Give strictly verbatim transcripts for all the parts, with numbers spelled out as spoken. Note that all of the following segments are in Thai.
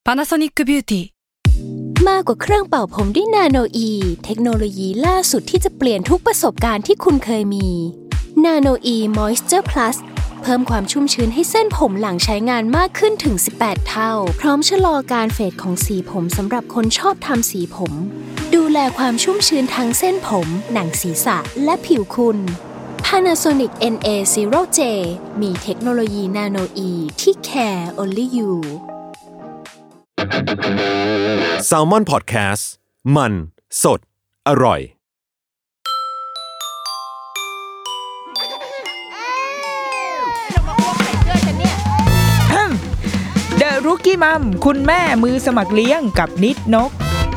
Panasonic Beauty มากกว่าเครื่องเป่าผมด้วยนาโนอีเทคโนโลยีล่าสุดที่จะเปลี่ยนทุกประสบการณ์ที่คุณเคยมีนาโนอีมอยส์เจอร์พลัสเพิ่มความชุ่มชื้นให้เส้นผมหลังใช้งานมากขึ้นถึงสิบแปดเท่าพร้อมชะลอการเฟดของสีผมสำหรับคนชอบทำสีผมดูแลความชุ่มชื้นทั้งเส้นผมหนังศีรษะและผิวคุณ Panasonic เอ็น เอ ศูนย์ เจ มีเทคโนโลยีนาโนอีที่ care only you Salmon Podcast มันสดอร่อยเดอะรุกกี้มัมคุณแม่มือสมัครเลี้ยงกับนิดนก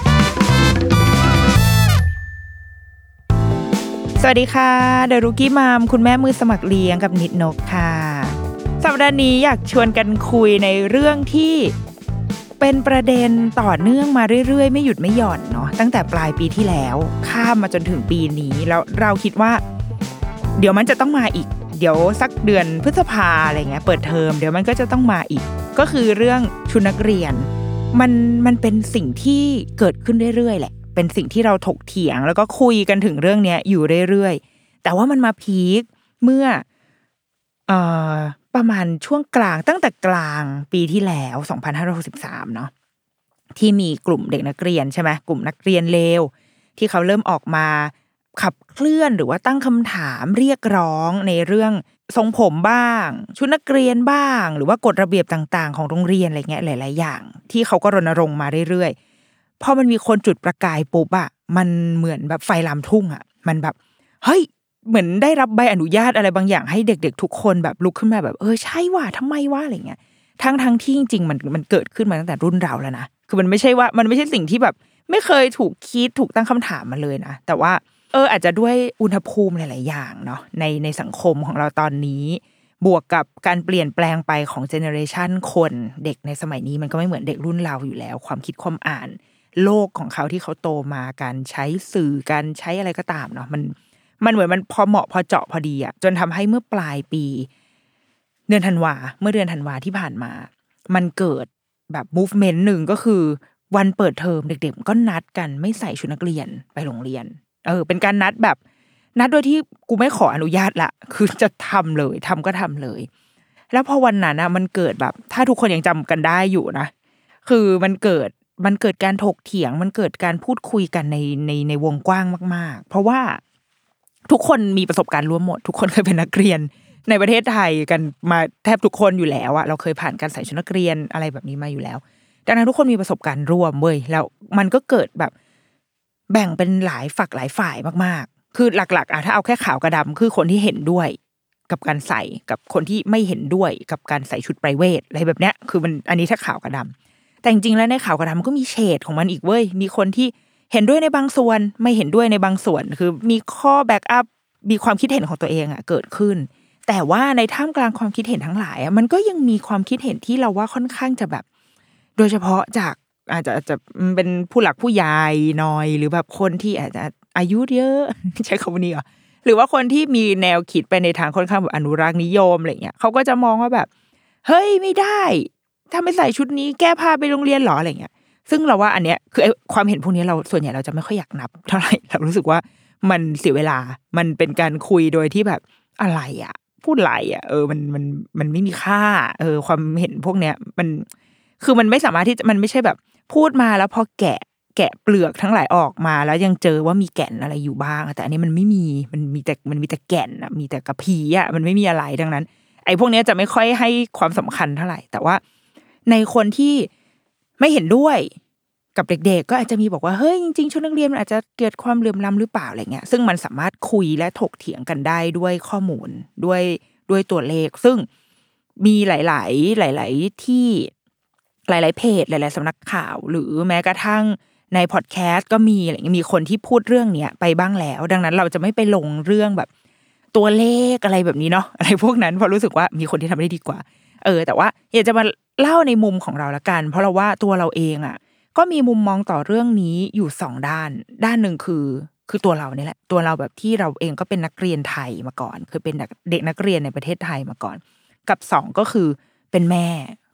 สวัสดีค่ะเดอะรุกกี้มัมคุณแม่มือสมัครเลี้ยงกับนิดนกค่ะสัปดาห์นี้อยากชวนกันคุยในเรื่องที่เป็นประเด็นต่อเนื่องมาเรื่อยๆไม่หยุดไม่หย่อนเนาะตั้งแต่ปลายปีที่แล้วข้ามมาจนถึงปีนี้แล้วเราคิดว่าเดี๋ยวมันจะต้องมาอีกเดี๋ยวสักเดือนพฤษภาอะไรเงี้ยเปิดเทอมเดี๋ยวมันก็จะต้องมาอีกก็คือเรื่องชุดนักเรียนมันมันเป็นสิ่งที่เกิดขึ้นเรื่อยๆแหละเป็นสิ่งที่เราถกเถียงแล้วก็คุยกันถึงเรื่องนี้อยู่เรื่อยๆแต่ว่ามันมาพีคเมื่อเอ่อประมาณช่วงกลางตั้งแต่กลางปีที่แล้วสองพันห้าร้อยหกสิบสามเนาะที่มีกลุ่มเด็กนักเรียนใช่ไหมกลุ่มนักเรียนเลวที่เขาเริ่มออกมาขับเคลื่อนหรือว่าตั้งคำถามเรียกร้องในเรื่องทรงผมบ้างชุดนักเรียนบ้างหรือว่ากฎระเบียบต่างๆของโรงเรียนอะไรเงี้ยหลายๆอย่างที่เขาก็รณรงค์มาเรื่อยๆพอมันมีคนจุดประกายปุ๊บอะมันเหมือนแบบไฟลามทุ่งอะมันแบบเฮ้ยเหมือนได้รับใบอนุญาตอะไรบางอย่างให้เด็กๆทุกคนแบบลุกขึ้นมาแบบเออใช่ว่ะทำไมวะอะไรเงี้ยทั้งทั้งที่จริงๆมันมันเกิดขึ้นมาตั้งแต่รุ่นเราแล้วนะคือมันไม่ใช่ว่ามันไม่ใช่สิ่งที่แบบไม่เคยถูกคิดถูกตั้งคำถามมาเลยนะแต่ว่าเอออาจจะด้วยอุณหภูมิหลายๆอย่างเนาะในในสังคมของเราตอนนี้บวกกับการเปลี่ยนแปลงไปของเจเนอเรชันคนเด็กในสมัยนี้มันก็ไม่เหมือนเด็กรุ่นเราอยู่แล้วความคิดความอ่านโลกของเขาที่เขาโตมาการใช้สื่อการใช้อะไรก็ตามเนาะมันมันเหมือนมันพอเหมาะพอเจาะพอดีอะจนทำให้เมื่อปลายปีเดือนธันวาเมื่อเดือนธันวาที่ผ่านมามันเกิดแบบ movement หนึ่งก็คือวันเปิดเทอมเด็กๆก็นัดกันไม่ใส่ชุดนักเรียนไปโรงเรียนเออเป็นการนัดแบบนัดโดยที่กูไม่ขออนุญาตละคือจะทำเลยทำก็ทำเลยแล้วพอวันนั้นนะมันเกิดแบบถ้าทุกคนยังจำกันได้อยู่นะคือมันเกิดมันเกิดการถกเถียงมันเกิดการพูดคุยกันในในในวงกว้างมากๆเพราะว่าทุกคนมีประสบการณ์ร่วมหมดทุกคนเคยเป็นนักเรียนในประเทศไทยกันมาแทบทุกคนอยู่แล้วอะเราเคยผ่านการใส่ชุดนักเรียนอะไรแบบนี้มาอยู่แล้วดังนั้นทุกคนมีประสบการณ์ร่วมเว้ยแล้วมันก็เกิดแบบแบ่งเป็นหลายฝักหลายฝ่ายมากๆคือหลักๆอ่ะถ้าเอาแค่ขาวกับดำคือคนที่เห็นด้วยกับการใส่กับคนที่ไม่เห็นด้วยกับการใส่ชุดไพรเวทอะไรแบบเนี้ยคือมันอันนี้ถ้าขาวกับดำแต่จริงๆแล้วในขาวกับดำมันก็มีเฉดของมันอีกเว้ยมีคนที่เห็นด้วยในบางส่วนไม่เห็นด้วยในบางส่วนคือมีข้อแบ็กอัพมีความคิดเห็นของตัวเองอ่ะเกิดขึ้นแต่ว่าในท่ามกลางความคิดเห็นทั้งหลายอ่ะมันก็ยังมีความคิดเห็นที่เราว่าค่อนข้างจะแบบโดยเฉพาะจากอาจจะอาจจะเป็นผู้หลักผู้ใหญ่หน่อยหรือแบบคนที่อาจจะอายุเยอะใช้คำนี้เหรอหรือว่าคนที่มีแนวคิดไปในทางค่อนข้างแบบอนุรักษ์นิยมอะไรเงี้ยเขาก็จะมองว่าแบบเฮ้ยไม่ได้ถ้าไม่ใส่ชุดนี้แก้ผ้าไปโรงเรียนหรออะไรเงี้ยซึ่งเราว่าอันเนี้ยคือความเห็นพวกนี้เราส่วนใหญ่เราจะไม่ค่อยอยากนับเท่าไหร่เรารู้สึกว่ามันเสียเวลามันเป็นการคุยโดยที่แบบอะไรอ่ะพูดอะไรอ่ะเออมันมันมันไม่มีค่าเออความเห็นพวกเนี้ยมันคือมันไม่สามารถที่มันไม่ใช่แบบพูดมาแล้วพอแกะแกะเปลือกทั้งหลายออกมาแล้วยังเจอว่ามีแก่นอะไรอยู่บ้างแต่อันนี้มันไม่มีมันมีแต่มันมีแต่แก่นอ่ะมีแต่กระพี้อ่ะมันไม่มีอะไรดังนั้นไอ้พวกนี้จะไม่ค่อยให้ความสำคัญเท่าไหร่แต่ว่าในคนที่ไม่เห็นด้วยกับเด็กๆก็อาจจะมีบอกว่าเฮ้ยจริงๆชุดนักเรียนมันอาจจะเกิดความเหลื่อมล้ำหรือเปล่าอะไรเงี้ยซึ่งมันสามารถคุยและถกเถียงกันได้ด้วยข้อมูลด้วยด้วยตัวเลขซึ่งมีหลายๆหลายๆที่หลายๆเพจหลายๆสำนักข่าวหรือแม้กระทั่งในพอดแคสต์ก็มีอะไรเงี้ยมีคนที่พูดเรื่องเนี้ยไปบ้างแล้วดังนั้นเราจะไม่ไปลงเรื่องแบบตัวเลขอะไรแบบนี้เนาะอะไรพวกนั้นเพราะรู้สึกว่ามีคนที่ทำได้ดีกว่าเออแต่ว่าอยากจะมาเล่าในมุมของเราละกันเพราะเราว่าตัวเราเองอ่ะก็มีมุมมองต่อเรื่องนี้อยู่สองด้านด้านหนึ่งคือคือตัวเราเนี่ยแหละตัวเราแบบที่เราเองก็เป็นนักเรียนไทยมาก่อนเคยเป็นเด็กนักเรียนในประเทศไทยมาก่อนกับสองก็คือเป็นแม่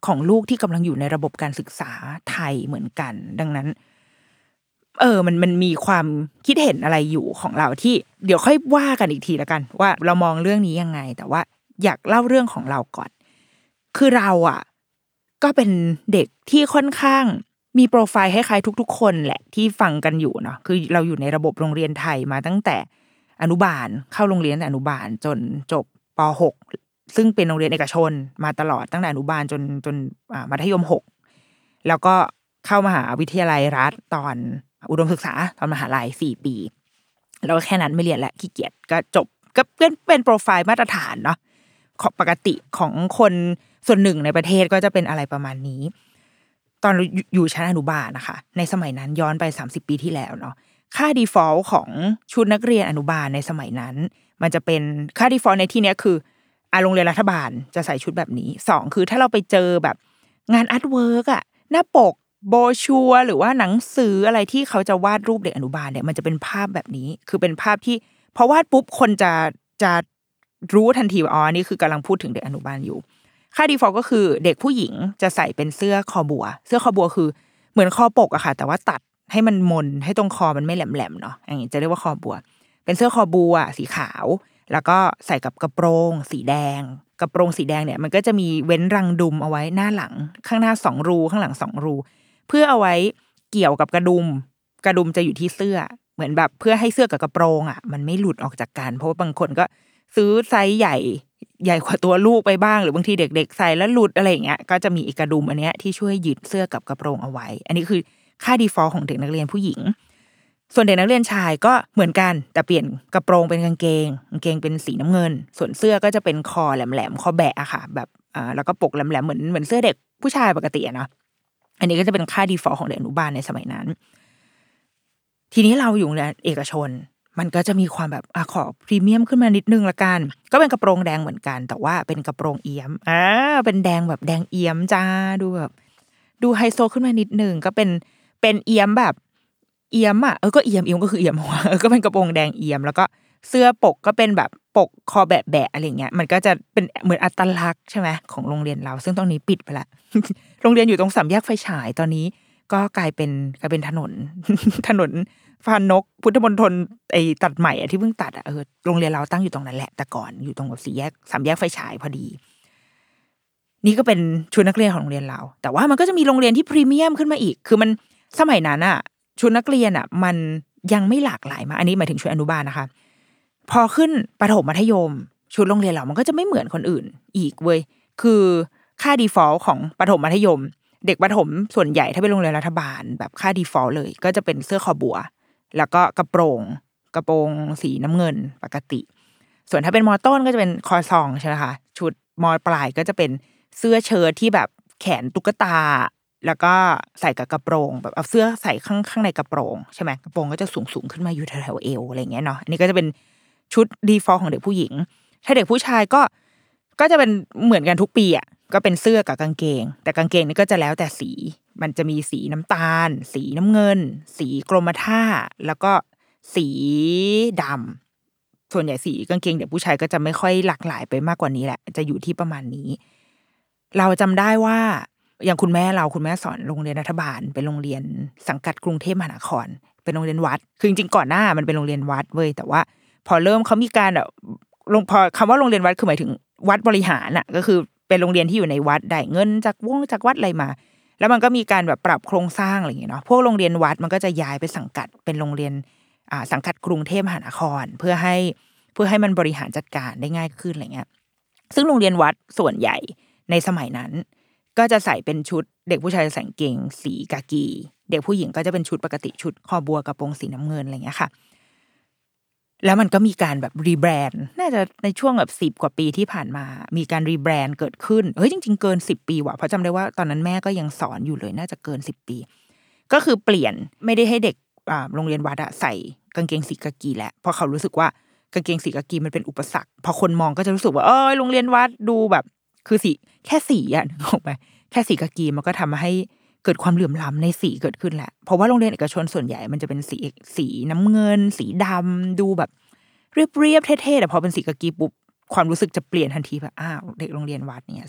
ของลูกที่กำลังอยู่ในระบบการศึกษาไทยเหมือนกันดังนั้นเออมันมันมีความคิดเห็นอะไรอยู่ของเราที่เดี๋ยวค่อยว่ากันอีกทีละกันว่าเรามองเรื่องนี้ยังไงแต่ว่าอยากเล่าเรื่องของเราก่อนคือเราอ่ะก็เป็นเด็กที่ค่อนข้างมีโปรไฟล์คล้ายๆทุกๆคนแหละที่ฟังกันอยู่เนาะคือเราอยู่ในระบบโรงเรียนไทยมาตั้งแต่อนุบาลเข้าโรงเรียนแต่อนุบาลจนจบป.หก ซึ่งเป็นโรงเรียนเอกชนมาตลอดตั้งแต่อนุบาลจนจนมัธยมหกแล้วก็เข้ามหาวิทยาลัยรัฐตอนอุดมศึกษาตอนมหาลัยสี่ปีแล้วก็แค่นั้นไม่เรียนและขี้เกียจก็จบก็เป็นเป็นโปรไฟล์มาตรฐานเนาะปกติของคนส่วนหนึ่งในประเทศก็จะเป็นอะไรประมาณนี้ตอนอยู่ชั้นอนุบาลนะคะในสมัยนั้นย้อนไปสามสิบปีที่แล้วเนาะค่า default ของชุดนักเรียนอนุบาลในสมัยนั้นมันจะเป็นค่า default ในที่นี้คืออ่ะโรงเรียนรัฐบาลจะใส่ชุดแบบนี้สองคือถ้าเราไปเจอแบบงานอาร์ตเวิร์กอะหน้าปกโบชัวหรือว่าหนังสืออะไรที่เขาจะวาดรูปเด็กอนุบาลเนี่ยมันจะเป็นภาพแบบนี้คือเป็นภาพที่พอวาดปุ๊บคนจะจะรู้ทันทีว่าอ๋อนี่คือกำลังพูดถึงเด็กอนุบาลอยู่ค่า default ก็คือเด็กผู้หญิงจะใส่เป็นเสื้อคอบัวเสื้อคอบัวคือเหมือนคอปกอะค่ะแต่ว่าตัดให้มันมนให้ตรงคอมันไม่แหลมๆเนาะอย่างนี้จะเรียกว่าคอบัวเป็นเสื้อคอบัวสีขาวแล้วก็ใส่กับกระโปรงสีแดงกระโปรงสีแดงเนี่ยมันก็จะมีเว้นรังดุมเอาไว้หน้าหลังข้างหน้าสองรูข้างหลังสองรูเพื่อเอาไว้เกี่ยวกับกระดุมกระดุมจะอยู่ที่เสื้อเหมือนแบบเพื่อให้เสื้อกับกระโปรงอ่ะมันไม่หลุดออกจากกันเพราะว่าบางคนก็ซื้อไซส์ใหญ่ใหญ่กว่าตัวลูกไปบ้างหรือบางทีเด็กๆใส่แล้วหลุดอะไรอย่างเงี้ยก็จะมีอีกกระดุมอันเนี้ยที่ช่วยยึดเสื้อกับกระโปรงเอาไว้อันนี้คือค่า default ของเด็กนักเรียนผู้หญิงส่วนเด็กนักเรียนชายก็เหมือนกันแต่เปลี่ยนกระโปรงเป็นกางเกงกางเกงเป็นสีน้ำเงินส่วนเสื้อก็จะเป็นคอแหลมๆคอแบะอะค่ะแบบอ่าแล้วก็ปกแหลมๆเหมือนเหมือนเสื้อเด็กผู้ชายปกติอะเนาะอันนี้ก็จะเป็นค่า default ของเด็กอนุบาลในสมัยนั้นทีนี้เราอยู่ในเอกชนมันก็จะมีความแบบอ่ะขอพรีเมียมขึ้นมานิดนึงละกันก็เป็นกระโปรงแดงเหมือนกันแต่ว่าเป็นกระโปรงเอี้ยมอ่าเป็นแดงแบบแดงเอี้ยมจ้าดูแบบดูไฮโซขึ้นมานิดนึงก็เป็นเป็นเอี้ยมแบบเอี้ยมอ่ะเออก็เอี้ยมเอี้ยมก็คือเอี้ยมหัวเออก็เป็นกระโปรงแดงเอี้ยมแล้วก็เสื้อปกก็เป็นแบบปกคอแบะๆอะไรเงี้ยมันก็จะเป็นเหมือนอัตลักษณ์ใช่ไหมของโรงเรียนเราซึ่งตอนนี้ปิดไปละ โรงเรียนอยู่ตรงสามแยกไฟฉายตอนนี้ก็กลายเป็นกลายเป็นถนน ถนนฟานกพุทธมณฑลไอ้ตัดใหม่อ่ะที่เพิ่งตัดอ่ะเออโรงเรียนเราตั้งอยู่ตรงนั้นแหละแต่ก่อนอยู่ตรงแบบสี่แยกสามแยกไฟฉายพอดีนี่ก็เป็นชุดนักเรียนของโรงเรียนเราแต่ว่ามันก็จะมีโรงเรียนที่พรีเมียมขึ้นมาอีกคือมันสมัยนั้นอ่ะชุดนักเรียนอ่ะมันยังไม่หลากหลายมากอันนี้หมายถึงชุดอนุบาลนะคะพอขึ้นประถมมัธยมชุดโรงเรียนเรามันก็จะไม่เหมือนคนอื่นอีกเว้ยคือค่า default ของประถมมัธยมเด็กประถมส่วนใหญ่ถ้าเป็นโรงเรียนรัฐบาลแบบค่า default เลยก็จะเป็นเสื้อคอบัวแล้วก็กระโปรงกระโปรงสีน้ำเงินปกติส่วนถ้าเป็นมอต้นก็จะเป็นคอซองใช่ไหมคะชุดมอปลายก็จะเป็นเสื้อเชิ้ตที่แบบแขนตุ๊กตาแล้วก็ใส่กับกระโปรงแบบเอาเสื้อใส่ข้างข้างในกระโปรงใช่ไหมกระโปรงก็จะสูงสูงขึ้นมาอยู่แถวๆเอวอะไรเงี้ยเนาะอันนี้ก็จะเป็นชุด default ของเด็กผู้หญิงถ้าเด็กผู้ชายก็ก็จะเป็นเหมือนกันทุกปีอ่ะก็เป็นเสื้อกับกางเกงแต่กางเกงนี่ก็จะแล้วแต่สีมันจะมีสีน้ำตาลสีน้ำเงินสีกรมท่าแล้วก็สีดำส่วนใหญ่สีกางเกงเด็กผู้ชายก็จะไม่ค่อยหลากหลายไปมากกว่านี้แหละจะอยู่ที่ประมาณนี้เราจำได้ว่าอย่างคุณแม่เราคุณแม่สอนโรงเรียนรัฐบาลเป็นโรงเรียนสังกัดกรุงเทพมหานครเป็นโรงเรียนวัดคือจริงๆก่อนหน้ามันเป็นโรงเรียนวัดเว้ยแต่ว่าพอเริ่มเขามีการแบบลงพอคำว่าโรงเรียนวัดคือหมายถึงวัดบริหารอ่ะก็คือเป็นโรงเรียนที่อยู่ในวัดได้เงินจากวงจากวัดอะไรมาแล้วมันก็มีการแบบปรับโครงสร้างอะไรอย่างเงี้ยเนาะพวกโรงเรียนวัดมันก็จะย้ายไปสังกัดเป็นโรงเรียนอ่าสังกัดกรุงเทพมหานครเพื่อให้เพื่อให้มันบริหารจัดการได้ง่ายขึ้นอะไรเงี้ยซึ่งโรงเรียนวัดส่วนใหญ่ในสมัยนั้นก็จะใส่เป็นชุดเด็กผู้ชายใส่กางเกงสีกากีเด็กผู้หญิงก็จะเป็นชุดปกติชุดคอบัวกระโปรงสีน้ำเงินอะไรเงี้ยค่ะแล้วมันก็มีการแบบรีแบรนด์น่าจะในช่วงแบบสิบกว่าปีที่ผ่านมามีการรีแบรนด์เกิดขึ้นเฮ้ยจริงๆเกินสิบปีว่ะเพราะจำได้ว่าตอนนั้นแม่ก็ยังสอนอยู่เลยน่าจะเกินสิบปีก็คือเปลี่ยนไม่ได้ให้เด็กอ่าโรงเรียนวัดอะใส่กางเกงสีกากีแล้วเพราะเขารู้สึกว่ากางเกงสีกากีมันเป็นอุปสรรคพอคนมองก็จะรู้สึกว่าเออโรงเรียนวัดดูแบบคือสีแค่สีอะนึกออกไหมแค่สีกากีมันก็ทำให้เกิดความเหลื่อมล้ำในสีเกิดขึ้นแหละเพราะว่าโรงเรียนเอกชนส่วนใหญ่มันจะเป็นสีสีน้ำเงินสีดำดูแบบเรียบๆเท่ๆแต่พอเป็นสีกากีปุ๊บความรู้สึกจะเปลี่ยนทันทีแบบอ้าวเด็กโรงเรียนวัดเนี่ยซึ่ง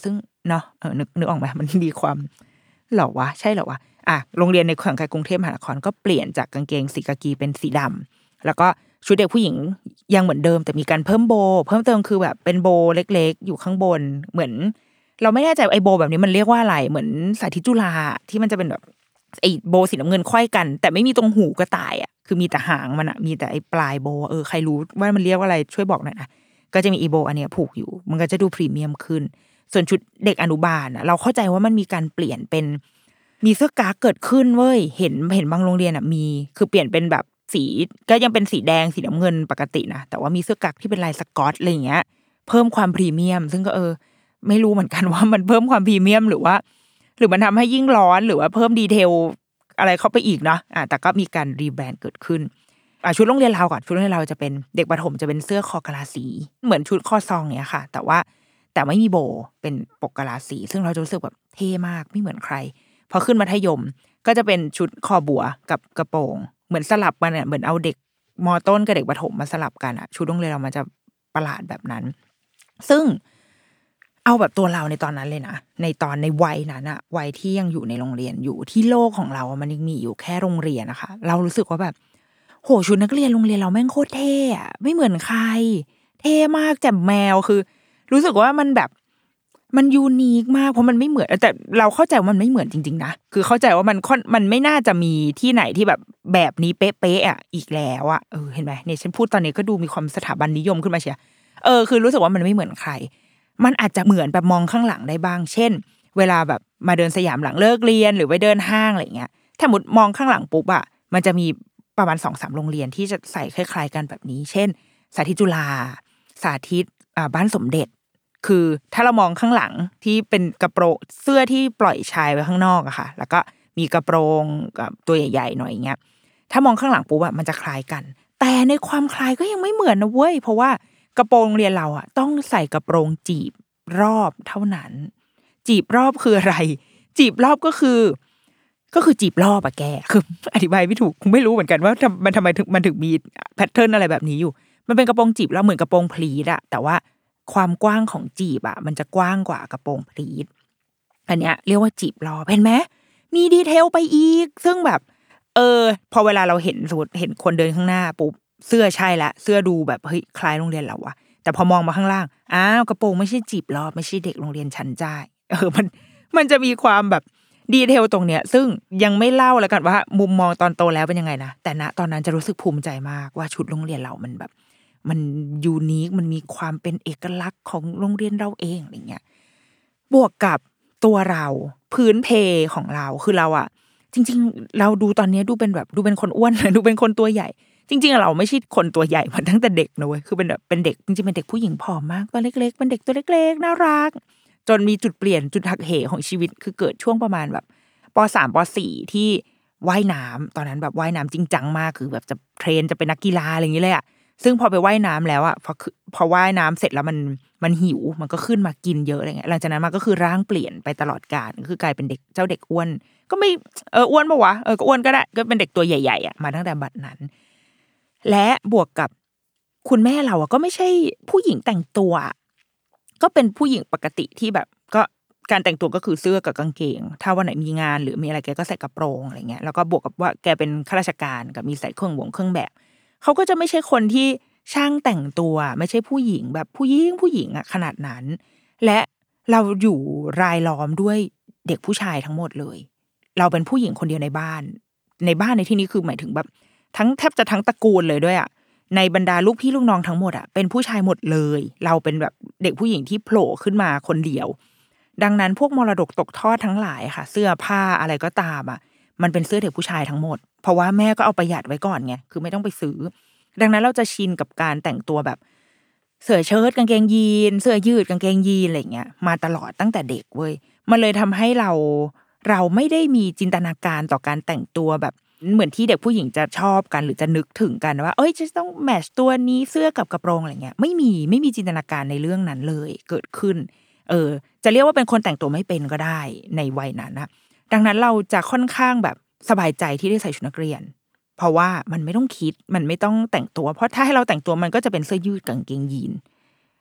เนาะเออนึกนึกออกไหมมันมีความเหรอวะใช่เหรอวะอ่ะโรงเรียนในสังกัดกรุงเทพมหานครก็เปลี่ยนจากกางเกงสีกากีเป็นสีดำแล้วก็ชุดเด็กผู้หญิงยังเหมือนเดิมแต่มีการเพิ่มโบเพิ่มเติมคือแบบเป็นโบเล็กๆอยู่ข้างบนเหมือนเราไม่แน่ใจไอ้โบแบบนี้มันเรียกว่าอะไรเหมือนสาธิตจุฬาที่มันจะเป็นแบบไอ้โบสีน้ำเงินไขว้กันแต่ไม่มีตรงหูกระต่ายอ่ะคือมีแต่หางมันอ่ะมีแต่ไอ้ปลายโบเออใครรู้ว่ามันเรียกว่าอะไรช่วยบอกหน่อยนะก็จะมีอีโบอันเนี้ยผูกอยู่มันก็จะดูพรีเมียมขึ้นส่วนชุดเด็กอนุบาลอ่ะเราเข้าใจว่ามันมีการเปลี่ยนเป็นมีเสื้อกาเกิดขึ้นเว้ยเห็นเห็นบางโรงเรียนอ่ะมีคือเปลี่ยนเป็นแบบสีก็ยังเป็นสีแดงสีน้ำเงินปกตินะแต่ว่ามีเสื้อกั๊กที่เป็นลายสก๊อตอะไรอย่างเงี้ยเพิ่มความพรีเมียมซึ่งก็เออไม่รู้เหมือนกันว่ามันเพิ่มความพรีเมียมหรือว่าหรือมันทำให้ยิ่งร้อนหรือว่าเพิ่มดีเทลอะไรเข้าไปอีกเนาะอ่ะแต่ก็มีการรีแบรนด์เกิดขึ้นอ่ะชุดโรงเรียนเราก่อนชุดโรงเรียนเราจะเป็นเด็กประถมจะเป็นเสื้อคอกะลาสีเหมือนชุดคอซองเนี้ยค่ะแต่ว่าแต่ไม่มีโบเป็นปกกะลาสีซึ่งเราจะรู้สึกแบบเท่มากไม่เหมือนใครพอขึ้นมัธยมก็จะเป็นชุดคอบัวกับกระโปรงเหมือนสลับกันอ่ะเหมือนเอาเด็กม.ต้นกับเด็กประถมมาสลับกันอ่ะชุดโรงเรียนเรามันจะประหลาดแบบนั้นซึ่งเอาแบบตัวเราในตอนนั้นเลยนะในตอนในวัยนั้นอ่ะวัยที่ยังอยู่ในโรงเรียนอยู่ที่โลกของเรามันยังมีอยู่แค่โรงเรียนนะคะเรารู้สึกว่าแบบโหชุดนักเรียนโรงเรียนเราแม่งโคตรเท่อะไม่เหมือนใครเท่มากแจ่มแมวคือรู้สึกว่ามันแบบมันยูนิคมากเพราะมันไม่เหมือนแต่เราเข้าใจว่ามันไม่เหมือนจริงๆนะคือเข้าใจว่ามันมันไม่น่าจะมีที่ไหนที่แบบแบบนี้เป๊ะๆอ่ะอีกแล้วอ่ะเออเห็นไหมเนี่ยฉันพูดตอนนี้ก็ดูมีความสถาบันนิยมขึ้นมาเชียเออคือรู้สึกว่ามันไม่เหมือนใครมันอาจจะเหมือนแบบมองข้างหลังได้บ้างเช่นเวลาแบบมาเดินสยามหลังเลิกเรียนหรือไปเดินห้างอะไรเงี้ยถ้ามุดมองข้างหลังปุ๊บอ่ะมันจะมีประมาณ สองสาม โรงเรียนที่จะใส่คล้ายๆกันแบบนี้เช่นสาธิตจุฬาสาธิตอ่าบ้านสมเด็จคือถ้าเรามองข้างหลังที่เป็นกระโปรงเสื้อที่ปล่อยชายไว้ข้างนอกอะค่ะแล้วก็มีกระโปรงกับตัวใหญ่ๆหน่อยอย่างเงี้ยถ้ามองข้างหลังปุ๊บอะมันจะคล้ายกันแต่ในความคล้ายก็ยังไม่เหมือนนะเว้ยเพราะว่ากระโปรงเรียนเราอะต้องใส่กระโปรงจีบรอบเท่านั้นจีบรอบคืออะไรจีบรอบก็คือก็คือจีบรอบอะแกคืออธิบายไม่ถูกไม่รู้เหมือนกันว่ามันทำไมถึงมันถึงมีแพทเทิร์นอะไรแบบนี้อยู่มันเป็นกระโปรงจีบแล้วเหมือนกระโปรงพลีทอะแต่ว่าความกว้างของจีบอะมันจะกว้างกว่ากระโปรงพลีทอันเนี้ยเรียกว่าจีบรอบเห็นไหมมีดีเทลไปอีกซึ่งแบบเออพอเวลาเราเห็นสมมติเห็นคนเดินข้างหน้าปุ๊บเสื้อใช่ละเสื้อดูแบบเฮ้ยคล้ายโรงเรียนเราอะแต่พอมองมาข้างล่างอ้าวกระโปรงไม่ใช่จีบรอบไม่ใช่เด็กโรงเรียนชั้นจ้ายเออมันมันจะมีความแบบดีเทลตรงเนี้ยซึ่งยังไม่เล่าแล้วกันว่ามุมมองตอนโตแล้วเป็นยังไงนะแต่ณตอนนั้นจะรู้สึกภูมิใจมากว่าชุดโรงเรียนเรามันแบบมันยูนิคมันมีความเป็นเอกลักษณ์ของโรงเรียนเราเองอะไรเงี้ยบวกกับตัวเราพื้นเพของเราคือเราอะจริงๆเราดูตอนนี้ดูเป็นแบบดูเป็นคนอ้วนดูเป็นคนตัวใหญ่จริงๆเราไม่ใช่คนตัวใหญ่มาตั้งแต่เด็กนะเว้ยคือเป็นแบบเป็นเด็กจริงๆเป็นเด็กผู้หญิงผอมมากตัวเล็กๆเป็นเด็กตัวเล็กๆน่ารักจนมีจุดเปลี่ยนจุดหักเหของชีวิตคือเกิดช่วงประมาณแบบป.สาม ป.สี่ ที่ว่ายน้ำตอนนั้นแบบว่ายน้ำจริงจังมากคือแบบจะเทรนจะเป็นนักกีฬาอะไรอย่างนี้เลยอะซึ่งพอไปว่ายน้ำแล้วอะพอพอว่ายน้ำเสร็จแล้วมันมันหิวมันก็ขึ้นมากินเยอะอะไรเงี้ยหลังจากนั้นมาก็คือร่างเปลี่ยนไปตลอดกาลคือกลายเป็นเด็กเจ้าเด็กอ้วนก็ไม่เอออ้วนปะวะเออก็อ้วนก็ได้ก็เป็นเด็กตัวใหญ่ๆอะมาตั้งแต่บัดนั้นและบวกกับคุณแม่เราอะก็ไม่ใช่ผู้หญิงแต่งตัวก็เป็นผู้หญิงปกติที่แบบก็การแต่งตัวก็คือเสื้อกับกางเกงถ้าวันไหนมีงานหรือมีอะไรแกก็ใส่กระโปรงอะไรเงี้ยแล้วก็บวกกับว่าแกเป็นข้าราชการกับมีใส่เครื่องวงเครื่องแบบเขาก็จะไม่ใช่คนที่ช่างแต่งตัวไม่ใช่ผู้หญิงแบบผู้หญิงผู้หญิงอะขนาดนั้นและเราอยู่รายล้อมด้วยเด็กผู้ชายทั้งหมดเลยเราเป็นผู้หญิงคนเดียวในบ้านในบ้านในที่นี้คือหมายถึงแบบทั้งแทบจะทั้งตระกูลเลยด้วยอะในบรรดาลูกพี่ลูกน้องทั้งหมดอะเป็นผู้ชายหมดเลยเราเป็นแบบเด็กผู้หญิงที่โผล่ขึ้นมาคนเดียวดังนั้นพวกมรดกตกทอดทั้งหลายค่ะเสื้อผ้าอะไรก็ตามอะมันเป็นเสื้อเด็กผู้ชายทั้งหมดเพราะว่าแม่ก็เอาประหยัดไว้ก่อนไงคือไม่ต้องไปซื้อดังนั้นเราจะชินกับการแต่งตัวแบบเสื้อเชิ้ตกางเกงยีนเสื้อยืดกางเกงยีนอะไรเงี้ยมาตลอดตั้งแต่เด็กเว้ยมันเลยทำให้เราเราไม่ได้มีจินตนาการต่อการแต่งตัวแบบเหมือนที่เด็กผู้หญิงจะชอบกันหรือจะนึกถึงกันว่าเอ้ยจะต้องแมทช์ตัวนี้เสื้อกับกระโปรงอะไรเงี้ยไม่มีไม่มีจินตนาการในเรื่องนั้นเลยเกิดขึ้นเออจะเรียกว่าเป็นคนแต่งตัวไม่เป็นก็ได้ในวัยนั้นนะดังนั้นเราจะค่อนข้างแบบสบายใจที่ได้ใส่ชุดนักเรียนเพราะว่ามันไม่ต้องคิดมันไม่ต้องแต่งตัวเพราะถ้าให้เราแต่งตัวมันก็จะเป็นเสื้อยืดกางเกงยีน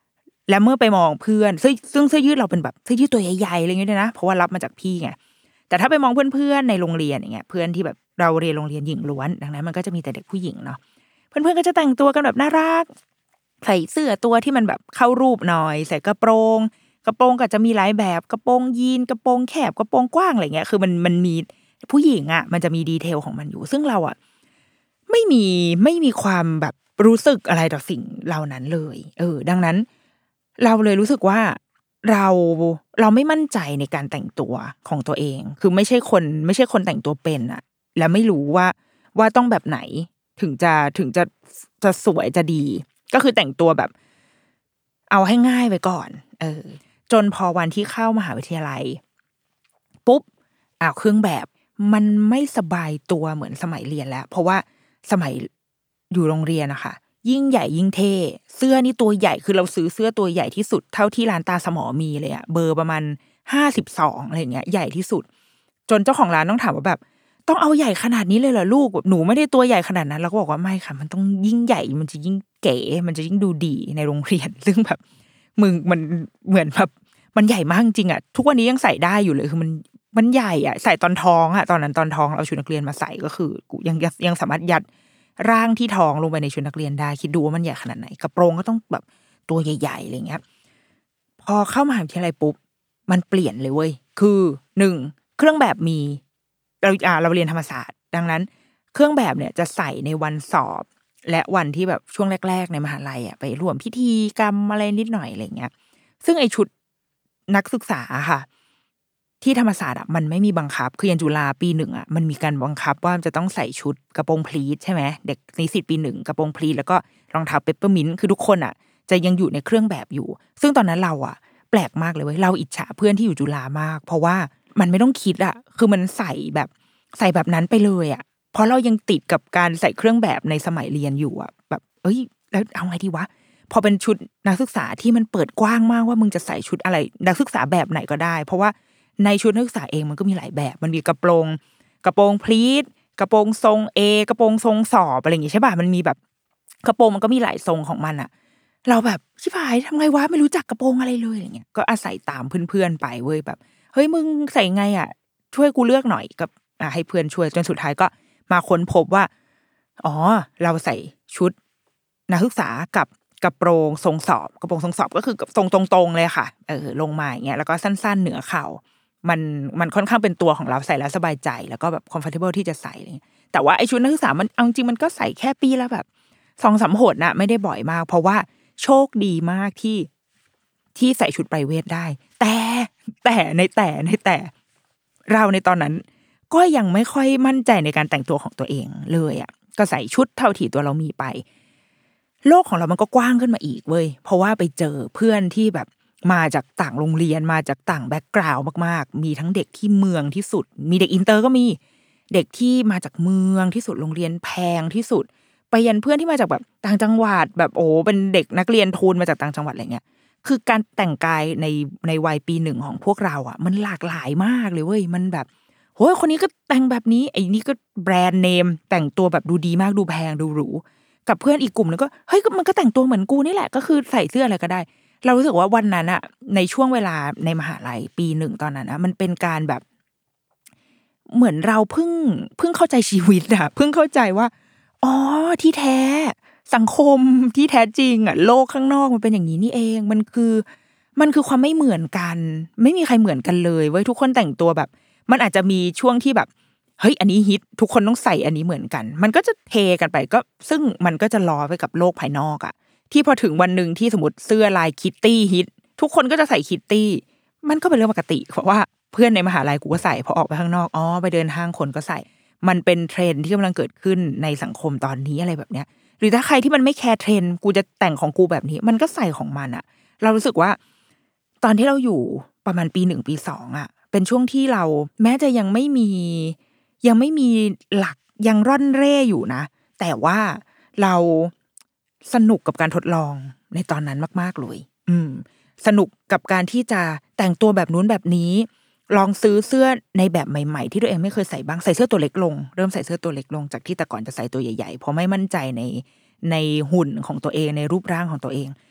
และเมื่อไปมองเพื่อนซึ่งซึ่งเสื้อยืดเราเป็นแบบเสื้อยืดตัวใหญ่ๆอะไรเงี้ยด้วยนะเพราะว่ารับมาจากพี่ไงแต่ถ้าไปมองเพื่อนๆในโรงเรียนอย่างเงี้ยเพื่อนที่แบบเราเรียนโรงเรียนหญิงล้วนดังนั้นมันก็จะมีแต่เด็กผู้หญิงเนาะเพื่อนๆก็จะแต่งตัวกันแบบน่ารักใส่เสื้อตัวที่มันแบบเข้ารูปหน่อยใส่กระโปรงกระโปรงก็จะมีหลายแบบกระโปรงยีนกระโปรงแคบกระโปรงกว้างอะไรเงี้ยคือมันมันมีผู้หญิงอ่ะมันจะมีดีเทลของมันอยู่ซึ่งเราอ่ะไม่มีไม่มีความแบบรู้สึกอะไรต่อสิ่งเหล่านั้นเลยเออดังนั้นเราเลยรู้สึกว่าเราเราไม่มั่นใจในการแต่งตัวของตัวเองคือไม่ใช่คนไม่ใช่คนแต่งตัวเป็นอ่ะและไม่รู้ว่าว่าต้องแบบไหนถึงจะถึงจะจะสวยจะดีก็คือแต่งตัวแบบเอาให้ง่ายไปก่อนเออจนพอวันที่เข้ามหาวิทยาลัยปุ๊บอ้าวเครื่องแบบมันไม่สบายตัวเหมือนสมัยเรียนแล้วเพราะว่าสมัยอยู่โรงเรียนนะคะยิ่งใหญ่ยิ่งเท่เสื้อนี่ตัวใหญ่คือเราซื้อเสื้อตัวใหญ่ที่สุดเท่าที่ร้านตาสมอมีเลยอะเบอร์ประมาณห้าสิบสองอะไรเงี้ยใหญ่ที่สุดจนเจ้าของร้านต้องถามว่าแบบต้องเอาใหญ่ขนาดนี้เลยเหรอลูกแบบหนูไม่ได้ตัวใหญ่ขนาดนั้นเราก็บอกว่าไม่ค่ะมันต้องยิ่งใหญ่มันจะยิ่งเก๋มันจะยิ่งดูดีในโรงเรียนซึ่งแบบมึงมันเหมือนแบบมันใหญ่มากจริงอะทุกวันนี้ยังใส่ได้อยู่เลยคือมันมันใหญ่อะใส่ตอนท้องอะตอนนั้นตอนท้องเราชุดนักเรียนมาใส่ก็คือกูยังยังสามารถยัดร่างที่ท้องลงไปในชุดนักเรียนได้คิดดูว่ามันใหญ่ขนาดไหนกระโปรงก็ต้องแบบตัวใหญ่ๆอะไรเงี้ยพอเข้ามหาวิทยาลัยปุ๊บมันเปลี่ยนเลยเว้ยคือหนึ่งเครื่องแบบมีเราอ่าเราเรียนธรรมศาสตร์ดังนั้นเครื่องแบบเนี่ยจะใส่ในวันสอบและวันที่แบบช่วงแรกๆในมหาลัยอ่ะไปร่วมพิธีกรรมอะไรนิดหน่อยอะไรเงี้ยซึ่งไอชุดนักศึกษาค่ะที่ธรรมศาสตร์อ่ะมันไม่มีบังคับคือยันจุฬาปีหนึ่งอ่ะมันมีการบังคับว่าจะต้องใส่ชุดกระโปรงพลีทใช่ไหมเด็กนิสิตปีหนึ่งกระโปรงพลีทแล้วก็รองเท้าเปปเปอร์มินต์คือทุกคนอ่ะจะยังอยู่ในเครื่องแบบอยู่ซึ่งตอนนั้นเราอ่ะแปลกมากเลยเว้ยเราอิจฉาเพื่อนที่อยู่จุฬามากเพราะว่ามันไม่ต้องคิดอ่ะคือมันใส่แบบใส่แบบนั้นไปเลยอ่ะเพราะเรายังติดกับการใส่เครื่องแบบในสมัยเรียนอยู่อ่ะแบบเอ้ยแล้วเอาไงดีวะพอเป็นชุดนักศึกษาที่มันเปิดกว้างมากว่ามึงจะใส่ชุดอะไรนักศึกษาแบบไหนก็ได้เพราะว่าในชุดนักศึกษาเองมันก็มีหลายแบบมันมีกระโปรงกระโปรงพลีทกระโปรงทรงเอกระโปรงทรงสอบอะไรอย่างงี้ใช่ป่ะมันมีแบบกระโปรงมันก็มีหลายทรงของมันอ่ะเราแบบชิบหายทำไงวะไม่รู้จักกระโปรงอะไรเลยอย่างเงี้ยก็อาศัยตามเพื่อนๆไปเว้ยแบบเฮ้ยมึงใส่ไงอ่ะช่วยกูเลือกหน่อยก็อ่ะให้เพื่อนช่วยจนสุดท้ายก็มาค้นพบว่าอ๋อเราใส่ชุดนักศึกษากับกระโปรงทรงสอบกระโปรงทรงสอบก็คือทรงตรงๆเลยค่ะเออลงมาอย่างเงี้ยแล้วก็สั้นๆเหนือเข่ามันมันค่อนข้างเป็นตัวของเราใส่แล้วสบายใจแล้วก็แบบ comfortable ที่จะใส่อะไรเงี้ยแต่ว่าไอ้ชุดนักศึกษามันเอาจริงมันก็ใส่แค่ปีละแบบสองสามหนน่ะไม่ได้บ่อยมากเพราะว่าโชคดีมากที่ที่ใส่ชุดไพรเวทได้แต่แต่ในแต่ในแต่เราในตอนนั้นก็ยังไม่ค่อยมั่นใจในการแต่งตัวของตัวเองเลยอ่ะก็ใส่ชุดเท่าที่ตัวเรามีไปโลกของเรามันก็กว้างขึ้นมาอีกเว้ยเพราะว่าไปเจอเพื่อนที่แบบมาจากต่างโรงเรียนมาจากต่างแบ็คกราวด์มากๆมีทั้งเด็กที่เมืองที่สุดมีเด็กอินเตอร์ก็มีเด็กที่มาจากเมืองที่สุดโรงเรียนแพงที่สุดไปยันเพื่อนที่มาจากแบบต่างจังหวัดแบบโอ้เป็นเด็กนักเรียนทุนมาจากต่างจังหวัดอะไรเงี้ยคือการแต่งกายในในวัยปีหนึ่งของพวกเราอ่ะมันหลากหลายมากเลยเว้ยมันแบบโหคนนี้ก็แต่งแบบนี้ไอ้นี่ก็แบรนด์เนมแต่งตัวแบบดูดีมากดูแพงดูหรูกับเพื่อนอีกกลุ่มนึงก็เฮ้ยมันก็แต่งตัวเหมือนกูนี่แหละก็คือใส่เสื้ออะไรก็ได้เรารู้สึกว่าวันนั้นอะในช่วงเวลาในมหาลัยปีหนึ่งตอนนั้นนะมันเป็นการแบบเหมือนเราเพิ่งเพิ่งเข้าใจชีวิตอะเพิ่งเข้าใจว่าอ๋อที่แท้สังคมที่แท้จริงอะโลกข้างนอกมันเป็นอย่างนี้นี่เองมันคือมันคือความไม่เหมือนกันไม่มีใครเหมือนกันเลยเว้ยทุกคนแต่งตัวแบบมันอาจจะมีช่วงที่แบบเฮ้ยอันนี้ฮิตทุกคนต้องใส่อันนี้เหมือนกันมันก็จะเทกันไปก็ซึ่งมันก็จะล้อไปกับโลกภายนอกอะที่พอถึงวันหนึ่งที่สมมติเสื้อลายคิตตี้ฮิตทุกคนก็จะใส่คิตตี้มันก็เป็นเรื่องปกติเพราะว่าเพื่อนในมหาลัยกูก็ใส่พอออกไปข้างนอกอ๋อไปเดินห้างคนก็ใส่มันเป็นเทรนด์ที่กำลังเกิดขึ้นในสังคมตอนนี้อะไรแบบเนี้ยหรือถ้าใครที่มันไม่แคร์เทรนด์กูจะแต่งของกูแบบนี้มันก็ใส่ของมันอะเรารู้สึกว่าตอนที่เราอยู่ประมาณปีหนึ่งปีสองอะเป็นช่วงที่เราแม้จะยังไม่มียังไม่มีหลักยังร่อนเร่อยู่นะแต่ว่าเราสนุกกับการทดลองในตอนนั้นมากๆเลยอืมสนุกกับการที่จะแต่งตัวแบบนู้นแบบนี้ลองซื้อเสื้อในแบบใหม่ๆที่ตัวเองไม่เคยใส่บ้างใส่เสื้อตัวเล็กลงเริ่มใส่เสื้อตัวเล็กลงจากที่แต่ก่อนจะใส่ตัวใหญ่ๆเพราะไม่มั่นใจในในหุ่นของตัวเองในรูปร่างของตัวเอง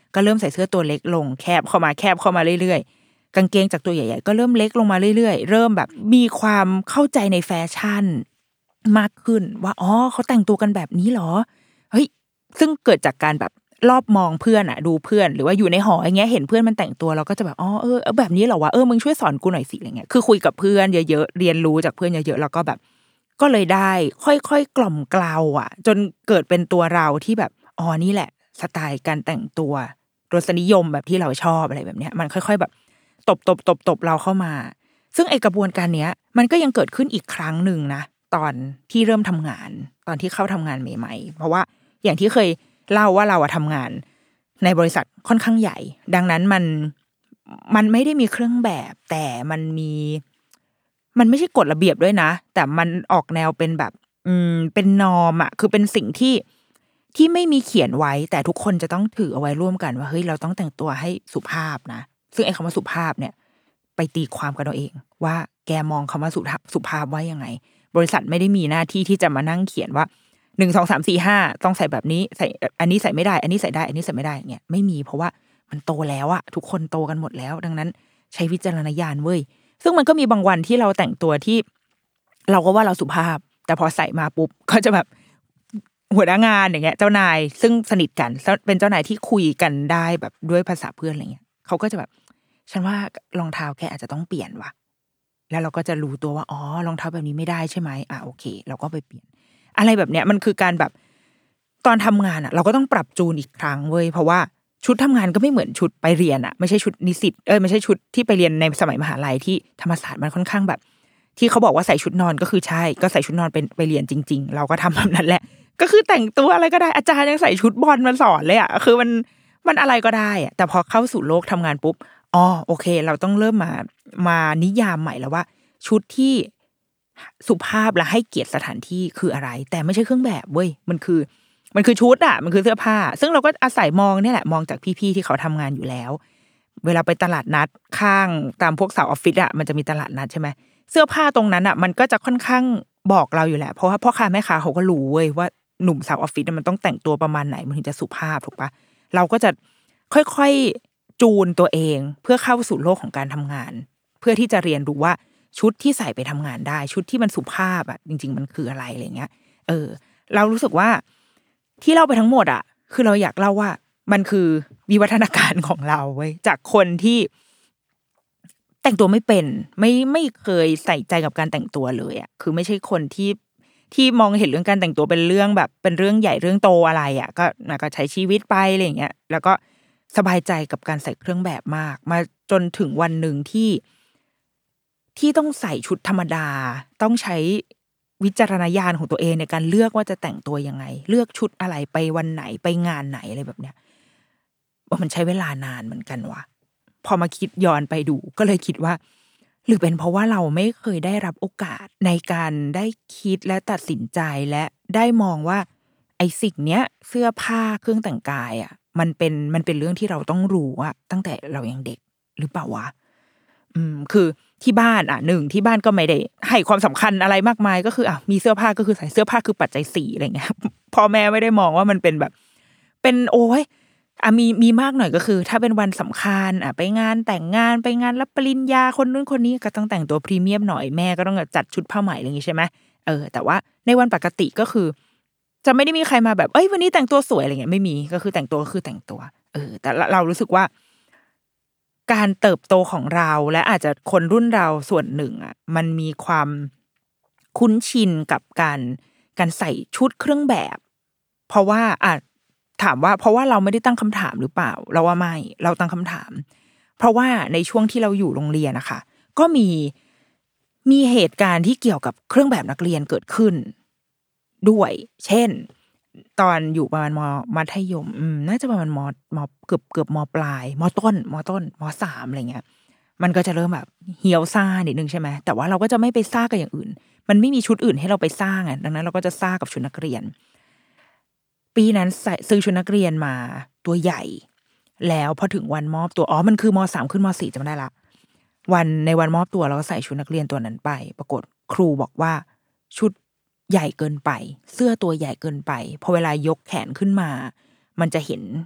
ก็เริ่มใส่เสื้อตัวเล็กลงแคบเข้ามาแคบเข้ามาเรื่อยๆกางเกงจากตัวใหญ่ๆก็เริ่มเล็กลงมาเรื่อยๆเริ่มแบบมีความเข้าใจในแฟชั่นมากขึ้นว่าอ๋อเขาแต่งตัวกันแบบนี้หรอเฮ้ยซึ่งเกิดจากการแบบรอบมองเพื่อนอะดูเพื่อนหรือว่าอยู่ในหออย่างเงี้ยเห็นเพื่อนมันแต่งตัวเราก็จะแบบอ๋อเออแบบนี้เหรอวะเออมึงช่วยสอนกูหน่อยสิอะไรเงี้ยคือคุยกับเพื่อนเยอะๆเรียนรู้จากเพื่อนเยอะๆแล้วก็แบบก็เลยได้ค่อยๆกล่อมเกลาอ่ะจนเกิดเป็นตัวเราที่แบบอ๋อนี่แหละสไตล์การแต่งตัวรสนิยมแบบที่เราชอบอะไรแบบเนี้ยมันค่อยๆแบบตบตบตบตบเราเข้ามาซึ่งไอกระบวนการเนี้ยมันก็ยังเกิดขึ้นอีกครั้งหนึ่งนะตอนที่เริ่มทำงานตอนที่เข้าทำงานใหม่ๆเพราะว่าอย่างที่เคยเล่าว่าเราอะทำงานในบริษัทค่อนข้างใหญ่ดังนั้นมันมันไม่ได้มีเครื่องแบบแต่มันมีมันไม่ใช่กฎระเบียบด้วยนะแต่มันออกแนวเป็นแบบอืมเป็นนอร์มอะคือเป็นสิ่งที่ที่ไม่มีเขียนไว้แต่ทุกคนจะต้องถือเอาไว้ร่วมกันว่าเฮ้ยเราต้องแต่งตัวให้สุภาพนะซึ่งไอ้คำว่าสุภาพเนี่ยไปตีความกันเอาเองว่าแกมองคำว่าสุภาพสุภาพว่ายังไงบริษัทไม่ได้มีหน้าที่ที่จะมานั่งเขียนว่าหนึ่ง สอง สาม สี่ ห้าต้องใส่แบบนี้ใส่อันนี้ใส่ไม่ได้อันนี้ใส่ได้อันนี้ใส่ไม่ได้อย่างเงี้ยไม่มีเพราะว่ามันโตแล้วอะทุกคนโตกันหมดแล้วดังนั้นใช้วิจารณญาณเว้ยซึ่งมันก็มีบางวันที่เราแต่งตัวที่เราก็ว่าเราสุภาพแต่พอใส่มาปุ๊บก็จะแบบหัวหน้างานอย่างเงี้ยเจ้านายซึ่งสนิทกันเป็นเจ้านายที่คุยกันได้แบบด้วยภาษาเพื่อนอะไรเงี้ยเขาก็จะแบบฉันว่ารองเท้าแกอาจจะต้องเปลี่ยนว่ะแล้วเราก็จะรู้ตัวว่าอ๋อรองเท้าแบบนี้ไม่ได้ใช่ไหมอ่ะโอเคเราก็ไปเปลี่ยนอะไรแบบเนี้ยมันคือการแบบตอนทำงานอ่ะเราก็ต้องปรับจูนอีกครั้งเว้ยเพราะว่าชุดทำงานก็ไม่เหมือนชุดไปเรียนอ่ะไม่ใช่ชุดนิสิตเออไม่ใช่ชุดที่ไปเรียนในสมัยมหาลัยที่ธรรมศาสตร์มันค่อนข้างแบบที่เขาบอกว่าใส่ชุดนอนก็คือใช่ก็ใส่ชุดนอนเป็นไปเรียนจริงๆเราก็ทำแบบนั้นแหละก็คือแต่งตัวอะไรก็ได้อาจารย์ยังใส่ชุดบอลมาสอนเลยอ่ะคือมันมันอะไรก็ได้อ่ะแต่พอเข้าสู่โลกทำงานปุ๊บอ๋อโอเคเราต้องเริ่มมามานิยามใหม่แล้วว่าชุดที่สุภาพและให้เกียรติสถานที่คืออะไรแต่ไม่ใช่เครื่องแบบเว้ยมันคือมันคือชุดอ่ะมันคือเสื้อผ้าซึ่งเราก็อาศัยมองเนี่ยแหละมองจากพี่ๆที่เขาทำงานอยู่แล้วเวลาไปตลาดนัดข้างตามพวกเสาออฟฟิศอ่ะมันจะมีตลาดนัดใช่ไหมเสื้อผ้าตรงนั้นอ่ะมันก็จะค่อนข้างบอกเราอยู่แหละเพราะว่าพ่อค้าแม่ค้าเขาก็รู้เว้ยว่าหนุ่มสาวออฟฟิศมันต้องแต่งตัวประมาณไหนมันถึงจะสุภาพถูกปะเราก็จะค่อยๆจูนตัวเองเพื่อเข้าสู่โลกของการทำงานเพื่อที่จะเรียนรู้ว่าชุดที่ใส่ไปทำงานได้ชุดที่มันสุภาพอ่ะจริงๆมันคืออะไรอะไรเงี้ยเออเรารู้สึกว่าที่เล่าไปทั้งหมดอ่ะคือเราอยากเล่าว่ามันคือวิวัฒนาการของเราเว้ยจากคนที่แต่งตัวไม่เป็นไม่ไม่เคยใส่ใจกับการแต่งตัวเลยอ่ะคือไม่ใช่คนที่ที่มองเห็นเรื่องการแต่งตัวเป็นเรื่องแบบเป็นเรื่องใหญ่เรื่องโตอะไรอ่ะก็ก็ใช้ชีวิตไปอะไรอย่างเงี้ยแล้วก็สบายใจกับการใส่เครื่องแบบมากมาจนถึงวันหนึ่งที่ที่ต้องใส่ชุดธรรมดาต้องใช้วิจารณญาณของตัวเองในการเลือกว่าจะแต่งตัวยังไงเลือกชุดอะไรไปวันไหนไปงานไหนอะไรแบบเนี้ยมันใช้เวลานานเหมือนกันว่ะพอมาคิดย้อนไปดูก็เลยคิดว่าหรือเป็นเพราะว่าเราไม่เคยได้รับโอกาสในการได้คิดและตัดสินใจและได้มองว่าไอ้สิ่งเนี้ยเสื้อผ้าเครื่องแต่งกายอ่ะมันเป็นมันเป็นเรื่องที่เราต้องรู้อ่ะตั้งแต่เรายังเด็กหรือเปล่าวะอืมคือที่บ้านอ่ะหนึ่งที่บ้านก็ไม่ได้ให้ความสำคัญอะไรมากมายก็คืออ่ะมีเสื้อผ้าก็คือใส่เสื้อผ้าคือปัจจัยสี่อะไรเงี้ยพ่อแม่ไม่ได้มองว่ามันเป็นแบบเป็นโอ้ยอ่ะมีมีมากหน่อยก็คือถ้าเป็นวันสำคัญอ่ะไปงานแต่งงานไปงานรับปริญญาคนนู้นคนนี้ก็ต้องแต่งตัวพรีเมียมหน่อยแม่ก็ต้องจัดชุดผ้าไหมอะไรอย่างงี้ใช่ไหมเออแต่ว่าในวันปกติก็คือจะไม่ได้มีใครมาแบบเอ้ยวันนี้แต่งตัวสวยอะไรเงี้ยไม่มีก็คือแต่งตัวก็คือแต่งตัวเออแต่เรารู้สึกว่าการเติบโตของเราและอาจจะคนรุ่นเราส่วนหนึ่งอ่ะมันมีความคุ้นชินกับการการใส่ชุดเครื่องแบบเพราะว่าอ่ะถามว่าเพราะว่าเราไม่ได้ตั้งคำถามหรือเปล่าเราว่าไม่เราตั้งคำถามเพราะว่าในช่วงที่เราอยู่โรงเรียนนะคะก็มีมีเหตุการณ์ที่เกี่ยวกับเครื่องแบบนักเรียนเกิดขึ้นด้วยเช่นตอนอยู่ประมาณมมัธยมอืมน่าจะประมาณมมเกือบเกือบมปลายมต้นมต้นมสามอะไรเงี้ยมันก็จะเริ่มแบบเหี่ยวซ่านิดนึงใช่ไหมแต่ว่าเราก็จะไม่ไปซ่ากับอย่างอื่นมันไม่มีชุดอื่นให้เราไปซ่าไงดังนั้นเราก็จะซ่ากับชุดนักเรียนปีนั้นใส่ซื้อชุดนักเรียนมาตัวใหญ่แล้วพอถึงวันมอบตัวอ๋อมันคือมสามขึ้นมสี่จำได้ละวันในวันมอบตัวเราก็ใส่ชุดนักเรียนตัวนั้นไปปรากฏครูบอกว่าชุดใหญ่เกินไปเสื้อตัวใหญ่เกินไปพอเวลายกแขนขึ้นมามันจะเห็น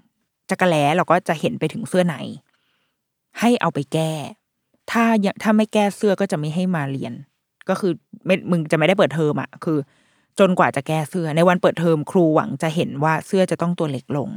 จักรแล้เราก็จะเห็นไปถึงเสื้อในให้เอาไปแก้ถ้าถ้าไม่แก้เสื้อก็จะไม่ให้มาเรียนก็คือไม่มึงจะไม่ได้เปิดเทอมอ่ะคือจนกว่าจะแก้เสื้อในวันเปิดเทอมครูหวังจะเห็นว่าเสื้อจะต้องตัวเล็กลง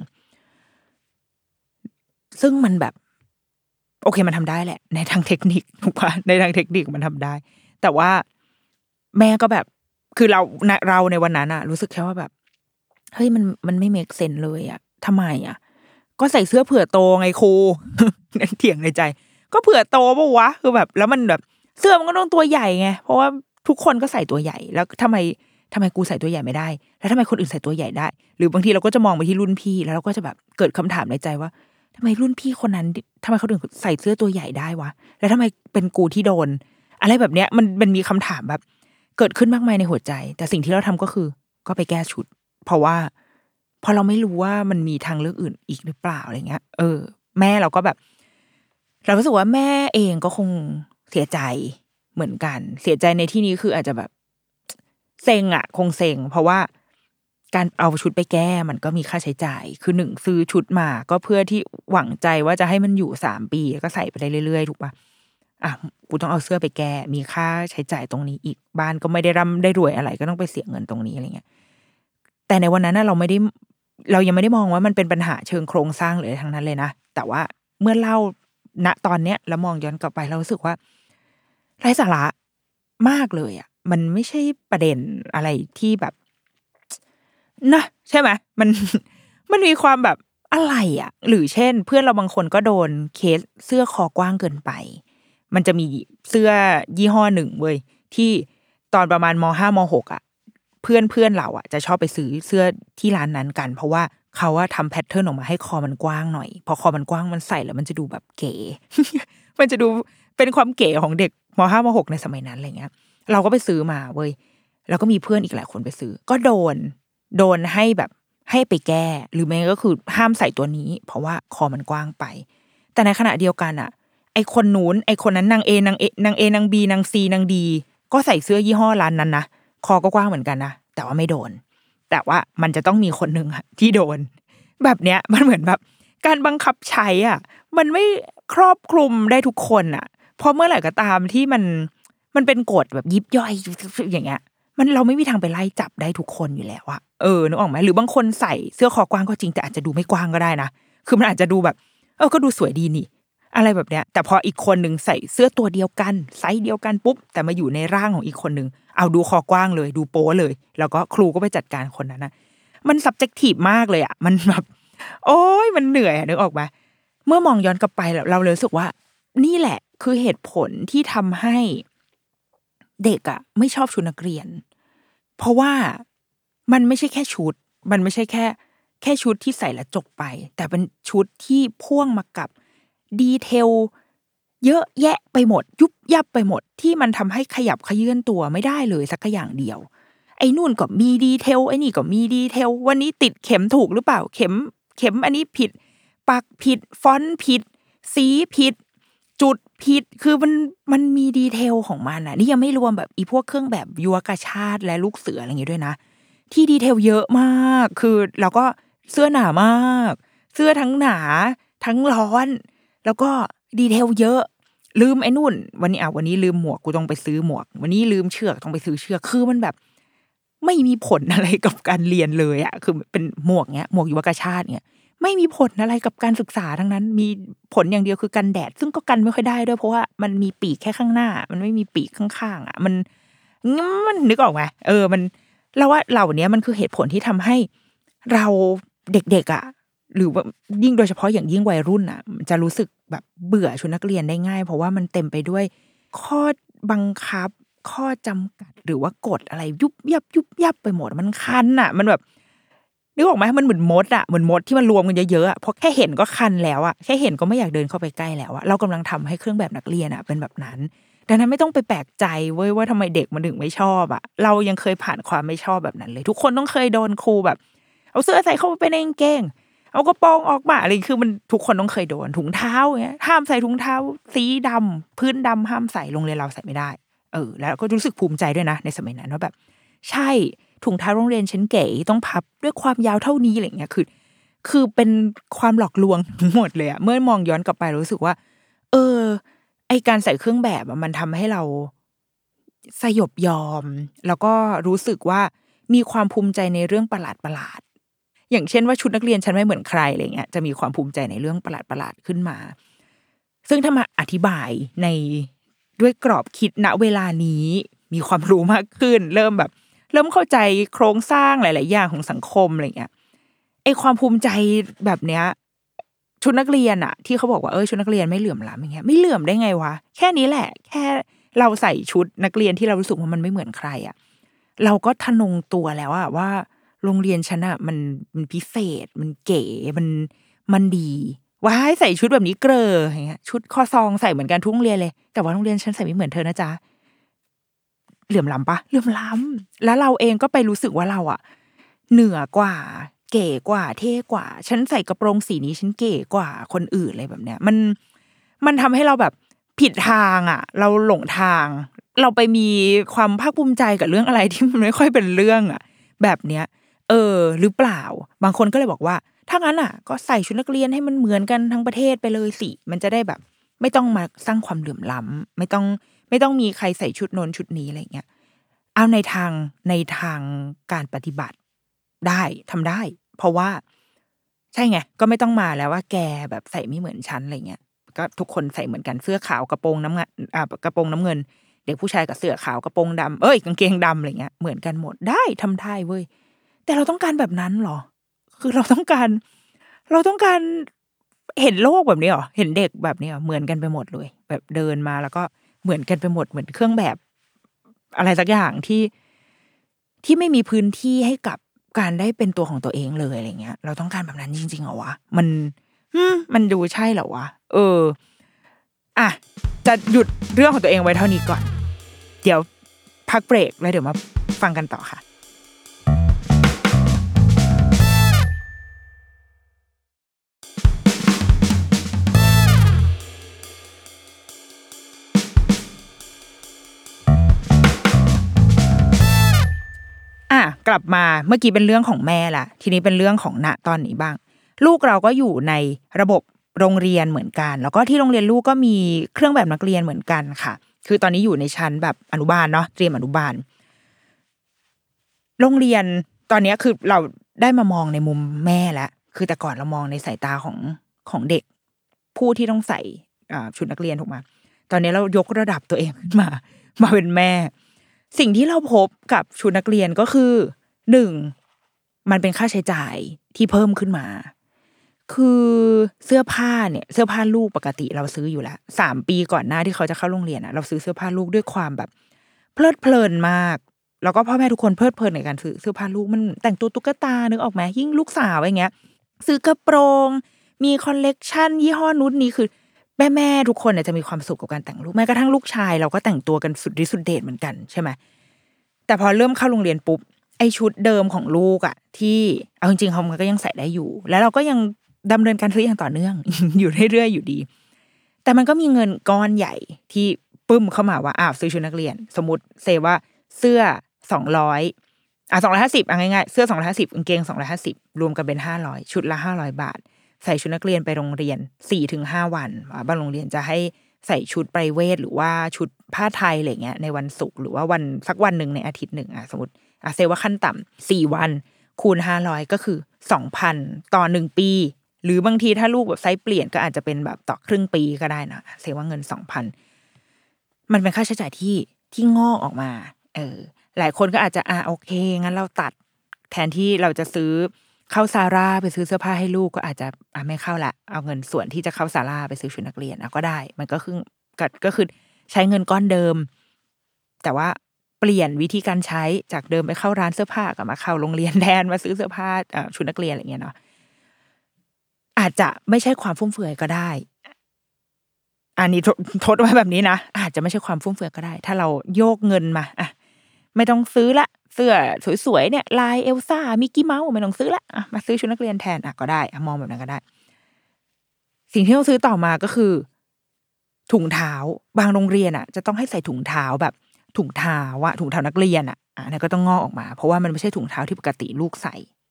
ซึ่งมันแบบโอเคมันทำได้แหละในทางเทคนิคถูกป่ะในทางเทคนิคมันทำได้แต่ว่าแม่ก็แบบคือเราเราในวันนั้นอะรู้สึกแค่ว่าแบบเฮ้ยมันมันไม่เมคเซนส์เลยอะทำไมอะก็ใส่เสื้อเผื่อโตไงครูนั่นเถียงในใจก็เผื่อโตปะวะคือแบบแล้วมันแบบเสื้อมันก็ต้องตัวใหญ่ไงเพราะว่าทุกคนก็ใส่ตัวใหญ่แล้วทำไมทำไมกูใส่ตัวใหญ่ไม่ได้แล้วทำไมคนอื่นใส่ตัวใหญ่ได้หรือบางทีเราก็จะมองไปที่รุ่นพี่แล้วเราก็จะแบบเกิดคำถามในใจว่าทำไมรุ่นพี่คนนั้นทำไมเขาถึงใส่เสื้อตัวใหญ่ได้วะแล้วทำไมเป็นกูที่โดนอะไรแบบเนี้ยมันมันมีคำถามแบบเกิดขึ้นมากมายในหัวใจแต่สิ่งที่เราทำก็คือก็ไปแก้ชุดเพราะว่าพอเราไม่รู้ว่ามันมีทางเลือกอื่นอีกหรือเปล่าอะไรเงี้ยเออแม่เราก็แบบเรารู้สึกว่าแม่เองก็คงเสียใจเหมือนกันเสียใจในที่นี้คืออาจจะแบบเซ็งอ่ะคงเซ็งเพราะว่าการเอาชุดไปแก้มันก็มีค่าใช้จ่ายคือหนึ่งซื้อชุดมาก็เพื่อที่หวังใจว่าจะให้มันอยู่สามปีแล้วก็ใส่ไปได้เรื่อยๆถูกป่ะอ่ะกูต้องเอาเสื้อไปแก้มีค่าใช้จ่ายตรงนี้อีกบ้านก็ไม่ได้ร่ำได้รวยอะไรก็ต้องไปเสียเงินตรงนี้อะไรเงี้ยแต่ในวันนั้นน่ะเราไม่ได้เรายังไม่ได้มองว่ามันเป็นปัญหาเชิงโครงสร้างเลยทั้งนั้นเลยนะแต่ว่าเมื่อเล่าณตอนเนี้ยแล้วมองย้อนกลับไปเรารู้สึกว่าไร้สาระมากเลยอ่ะมันไม่ใช่ประเด็นอะไรที่แบบนะใช่ไหมมันมันมีความแบบอะไรอ่ะหรือเช่นเพื่อนเราบางคนก็โดนเคสเสื้อคอกว้างเกินไปมันจะมีเสื้อยี่ห้อหนึ่งเว้ยที่ตอนประมาณม.ห้า ม.หก อ่ะเพื่อนเพื่อนเราอ่ะจะชอบไปซื้อเสื้อที่ร้านนั้นกันเพราะว่าเขาว่าทำแพทเทิร์นออกมาให้คอมันกว้างหน่อยพอคอมันกว้างมันใส่แล้วมันจะดูแบบเก๋ มันจะดูเป็นความเก๋ของเด็กม.ห้า ม.หก ในสมัยนั้นอะไรเงี้ยเราก็ไปซื้อมาเว้ยแล้วก็มีเพื่อนอีกหลายคนไปซื้อก็โดนโดนให้แบบให้ไปแก้หรือไม่ก็คือห้ามใส่ตัวนี้เพราะว่าคอมันกว้างไปแต่ในขณะเดียวกันอ่ะไอคนนู้นไอคนนั้นนางเอนางเอนางเอนางบีนางซีนางดีก็ใส่เสื้อยี่ห้อร้านนั้นนะคอก็กว้างเหมือนกันนะแต่ว่าไม่โดนแต่ว่ามันจะต้องมีคนนึงอะที่โดนแบบเนี้ยมันเหมือนแบบการบังคับใช้อ่ะมันไม่ครอบคลุมได้ทุกคนอ่ะเพราะเมื่อไหร่ก็ตามที่มันมันเป็นกฎแบบยิบย่อยอย่างเงี้ยมันเราไม่มีทางไปไล่จับได้ทุกคนอยู่แล้วอะเออนึกออกไหมหรือบางคนใส่เสื้อคอกว้างก็จริงแต่อาจจะดูไม่กว้างก็ได้นะคือมันอาจจะดูแบบเออก็ดูสวยดีนี่อะไรแบบเนี้ยแต่พออีกคนนึงใส่เสื้อตัวเดียวกันไซส์เดียวกันปุ๊บแต่มาอยู่ในร่างของอีกคนนึงเอาดูคอกว้างเลยดูโป๊เลยแล้วก็ครูก็ไปจัดการคนนั้นนะมัน subjective มากเลยอะมันแบบโอ๊ยมันเหนื่อยนึกออกไหมเมื่อมองย้อนกลับไปเราเลยรู้สึกว่านี่แหละคือเหตุผลที่ทำให้เด็กอะไม่ชอบชุดนักเรียนเพราะว่ามันไม่ใช่แค่ชุดมันไม่ใช่แค่แค่ชุดที่ใส่แล้วจบไปแต่เป็นชุดที่พ่วงมากับดีเทลเยอะแยะไปหมดยุบยับไปหมดที่มันทำให้ขยับขยื่นตัวไม่ได้เลยสักอย่างเดียวไอ้นู่นก็มีดีเทลไอ้นี่ก็มีดีเทลวันนี้ติดเข็มถูกหรือเปล่าเข็มเข็มอันนี้ผิดปักผิดฟอนต์ผิดสีผิดจุดผิดคือมันมันมีดีเทลของมันอ่ะนี่ยังไม่รวมแบบอีพวกเครื่องแบบยุวกชาติและลูกเสืออะไรอย่างเงี้ยด้วยนะที่ดีเทลเยอะมากคือเราก็เสื้อหนามากเสื้อทั้งหนาทั้งร้อนแล้วก็ดีเทลเยอะลืมไอ้นู่นวันนี้อ่ะวันนี้ลืมหมวกกูต้องไปซื้อหมวกวันนี้ลืมเชือกต้องไปซื้อเชือกคือมันแบบไม่มีผลอะไรกับการเรียนเลยอ่ะคือเป็นหมวกเงี้ยหมวกยุวกชาติเงี้ยไม่มีผลอะไรกับการศึกษาทั้งนั้นมีผลอย่างเดียวคือกันแดดซึ่งก็กันไม่ค่อยได้ด้วยเพราะว่ามันมีปีกแค่ข้างหน้ามันไม่มีปีกข้างๆอ่ะมันมันนึกออกไหมเออมันเราว่าเหล่านี้มันคือเหตุผลที่ทำให้เราเด็กๆอ่ะหรือว่ายิ่งโดยเฉพาะอย่างยิ่งวัยรุ่นอ่ะจะรู้สึกแบบเบื่อชุดนักเรียนได้ง่ายเพราะว่ามันเต็มไปด้วยข้อบังคับข้อจำกัดหรือว่ากฎอะไรยุบยับยุบยับไปหมดมันคันอ่ะมันแบบนึกออกไหมมันเหมือนมดอ่ะเหมือนมดที่มันรวมกันเยอะๆอ่ะพอแค่เห็นก็คันแล้วอ่ะแค่เห็นก็ไม่อยากเดินเข้าไปใกล้แล้วอ่ะเรากำลังทำให้เครื่องแบบนักเรียนอ่ะเป็นแบบนั้นดังนั้นไม่ต้องไปแปลกใจเว้ยว่าทำไมเด็กมันถึงไม่ชอบอ่ะเรายังเคยผ่านความไม่ชอบแบบนั้นเลยทุกคนต้องเคยโดนครูแบบเอาเสื้อใส่เข้าไปในกางเกงเอากระโปรงออกมาอะไรคือมันทุกคนต้องเคยโดนถุงเท้าเงี้ยห้ามใส่ถุงเท้าสีดำพื้นดำห้ามใส่โรงเรียนเราใส่ไม่ได้เออแล้วก็รู้สึกภูมิใจด้วยนะในสมัยนั้นว่าแบบใช่ถุงเท้าโรงเรียนฉันเก๋ต้องพับด้วยความยาวเท่านี้อะไรเงี้ยคือคือเป็นความหลอกลวงทั้งหมดเลยอะเมื่อมองย้อนกลับไปรู้สึกว่าเออไอการใส่เครื่องแบบอะมันทำให้เราสยบยอมแล้วก็รู้สึกว่ามีความภูมิใจในเรื่องประหลาดประหลาดอย่างเช่นว่าชุดนักเรียนฉันไม่เหมือนใครอะไรเงี้ยจะมีความภูมิใจในเรื่องประหลาดประหลาดขึ้นมาซึ่งถ้ามาอธิบายในด้วยกรอบคิดณเวลานี้มีความรู้มากขึ้นเริ่มแบบเริ่มเข้าใจโครงสร้างหลายๆอย่างของสังคมอะไรเงี้ยไอ้ความภูมิใจแบบเนี้ยชุดนักเรียนอะที่เขาบอกว่าเออชุดนักเรียนไม่เหลื่อมล้ำอย่างเงี้ยไม่เหลื่อมได้ไงวะแค่นี้แหละแค่เราใส่ชุดนักเรียนที่เรารู้สึกว่ามันไม่เหมือนใครอะเราก็ทะนงตัวแล้วอะว่าโรงเรียนฉันอะมันมันพิเศษมันเก๋มันมันดีว้ายใส่ชุดแบบนี้เกลออย่างเงี้ยชุดคอซองใส่เหมือนกันทุกโรงเรียนเลยแต่ว่าโรงเรียนฉันใส่ไม่เหมือนเธอนะจ๊ะเหลื่อมล้ำปะเหลื่อมล้ำแล้วเราเองก็ไปรู้สึกว่าเราอะเหนือกว่าเก๋กว่าเท่กว่าฉันใส่กระโปรงสีนี้ฉันเก๋กว่าคนอื่นอะไรแบบเนี้ยมันมันทำให้เราแบบผิดทางอ่ะเราหลงทางเราไปมีความภาคภูมิใจกับเรื่องอะไรที่มันไม่ค่อยเป็นเรื่องอ่ะแบบเนี้ยเออหรือเปล่าบางคนก็เลยบอกว่าถ้างั้นอ่ะก็ใส่ชุดนักเรียนให้มันเหมือนกันทั้งประเทศไปเลยสิมันจะได้แบบไม่ต้องมาสร้างความเหลื่อมล้ำไม่ต้องไม่ต้องมีใครใส่ชุดโน้นชุดนี้อะไรเงี้ยเอาในทางในทางการปฏิบัติได้ทำได้เพราะว่าใช่ไงก็ไม่ต้องมาแล้วว่าแกแบบใส่ไม่เหมือนฉันอะไรเงี้ยก็ทุกคนใส่เหมือนกันเสื้อขาวกระโปรงน้ำเงินอ่ากระโปรงน้ำเงินเด็กผู้ชายกับเสื้อขาวกระโปรงดำเอ้ยกางเกงดำอะไรเงี้ยเหมือนกันหมดได้ทำได้เว้ยแต่เราต้องการแบบนั้นหรอคือเราต้องการเราต้องการเห็นโลกแบบนี้หรอเห็นเด็กแบบนี้หรอเหมือนกันไปหมดเลยแบบเดินมาแล้วก็เหมือนกันไปหมดเหมือนเครื่องแบบอะไรสักอย่างที่ที่ไม่มีพื้นที่ให้กับการได้เป็นตัวของตัวเองเลยอะไรเงี้ยเราต้องการแบบนั้นจริงๆเหรอวะมันมันดูใช่เหรอวะเอออ่ะจะหยุดเรื่องของตัวเองไว้เท่านี้ก่อนเดี๋ยวพักเบรกแล้วเดี๋ยวมาฟังกันต่อค่ะอ่ะกลับมาเมื่อกี้เป็นเรื่องของแม่ละทีนี้เป็นเรื่องของณตอนนี้บ้างลูกเราก็อยู่ในระบบโรงเรียนเหมือนกันแล้วก็ที่โรงเรียนลูกก็มีเครื่องแบบนักเรียนเหมือนกันค่ะคือตอนนี้อยู่ในชั้นแบบอนุบาลเนาะเตรียมอนุบาลโรงเรียนตอนนี้คือเราได้มามองในมุมแม่แล้วคือแต่ก่อนเรามองในสายตาของของเด็กผู้ที่ต้องใส่ชุดนักเรียนถูกไหมตอนนี้เรายกระดับตัวเองขึ้นมามาเป็นแม่สิ่งที่เราพบกับชุดนักเรียนก็คือหนึ่งมันเป็นค่าใช้จ่ายที่เพิ่มขึ้นมาคือเสื้อผ้าเนี่ยเสื้อผ้าลูกปกติเราซื้ออยู่แล้วสามปีก่อนหน้าที่เขาจะเข้าโรงเรียนอ่ะเราซื้อเสื้อผ้าลูกด้วยความแบบเพลิดเพลินมากแล้วก็พ่อแม่ทุกคนเพลิดเพลินในการซื้อเสื้อผ้าลูกมันแต่งตัวตุ๊กตานึกออกไหมยิ่งลูกสาวอย่างเงี้ยซื้อกระโปรงมีคอลเลกชันยี่ห้อนู้นนี้คือแม่แม่ทุกคนเนี่ยจะมีความสุขกับการแต่งลูกแม้กระทั่งลูกชายเราก็แต่งตัวกันสุดฤทธิ์สุดเดชเหมือนกันใช่ไหมแต่พอเริ่มเข้าโรงเรียนปุ๊บไอชุดเดิมของลูกอ่ะที่เอาจริงๆเขาก็ยังใส่ได้อยู่แล้วเราก็ยังดำเนินการซื้ออย่างต่อเนื่อง อยู่เรื่อยๆอยู่ดีแต่มันก็มีเงินก้อนใหญ่ที่ปึ้มเข้ามาว่าอ้าวซื้อชุดนักเรียนสมมติเซว่าเสื้อสองร้อยอ่ะสองร้อยห้าสิบอ่ะง่ายๆเสื้อสองร้อยห้าสิบกางเกงสองร้อยห้าสิบรวมกันเป็นห้าร้อยชุดละห้าร้อยบาทใส่ชุดนักเรียนไปโรงเรียน สี่ถึงห้า วันบางโรงเรียนจะให้ใส่ชุดไพรเวทหรือว่าชุดผ้าไทยอะไรเงี้ยในวันศุกร์หรือว่าวันสักวันนึงในอาทิตย์นึงอ่ะสมมติอ่ะเซว่าขั้นต่ำสี่วันคูณห้าร้อยก็คือ สองพัน ต่อหนึ่งปีหรือบางทีถ้าลูกแบบไซส์เปลี่ยนก็อาจจะเป็นแบบต่อครึ่งปีก็ได้นะเซว่าเงิน สองพัน มันเป็นค่าใช้จ่ายที่ที่งอกออกมาเออหลายคนก็อาจจะอ่ะโอเคงั้นเราตัดแทนที่เราจะซื้อเข้าซาร่าไปซื้อเสื้อผ้าให้ลูกก็อาจจะอ่ะไม่เข้าละเอาเงินส่วนที่จะเข้าซาร่าไปซื้อชุดนักเรียนอ่ะก็ได้มันก็คือก็คือใช้เงินก้อนเดิมแต่ว่าเปลี่ยนวิธีการใช้จากเดิมไปเข้าร้านเสื้อผ้ากับมาเข้าโรงเรียนแทนมาซื้อเสื้อผ้าชุดนักเรียนอะไรเงี้ยเนาะอาจจะไม่ใช่ความฟุ่มเฟือยก็ได้อันนี้ทดไว้แบบนี้นะอาจจะไม่ใช่ความฟุ่มเฟือยก็ได้ถ้าเราโยกเงินมาอ่ะไม่ต้องซื้อละเสื้อสวยๆเนี่ยลายเอลซ่ามิกกี้เมาส์ไม่ต้องซื้อละอ่ะมาซื้อชุดนักเรียนแทนอ่ะก็ได้อ่ะมองแบบนั้นก็ได้สิ่งที่ต้องซื้อต่อมาก็คือถุงเท้าบางโรงเรียนอ่ะจะต้องให้ใส่ถุงเท้าแบบถุงเท้าอะถุงเท้านักเรียนอ่ะอันนี้ก็ต้องงอกออกมาเพราะว่ามันไม่ใช่ถุงเท้าที่ปกติลูกใส่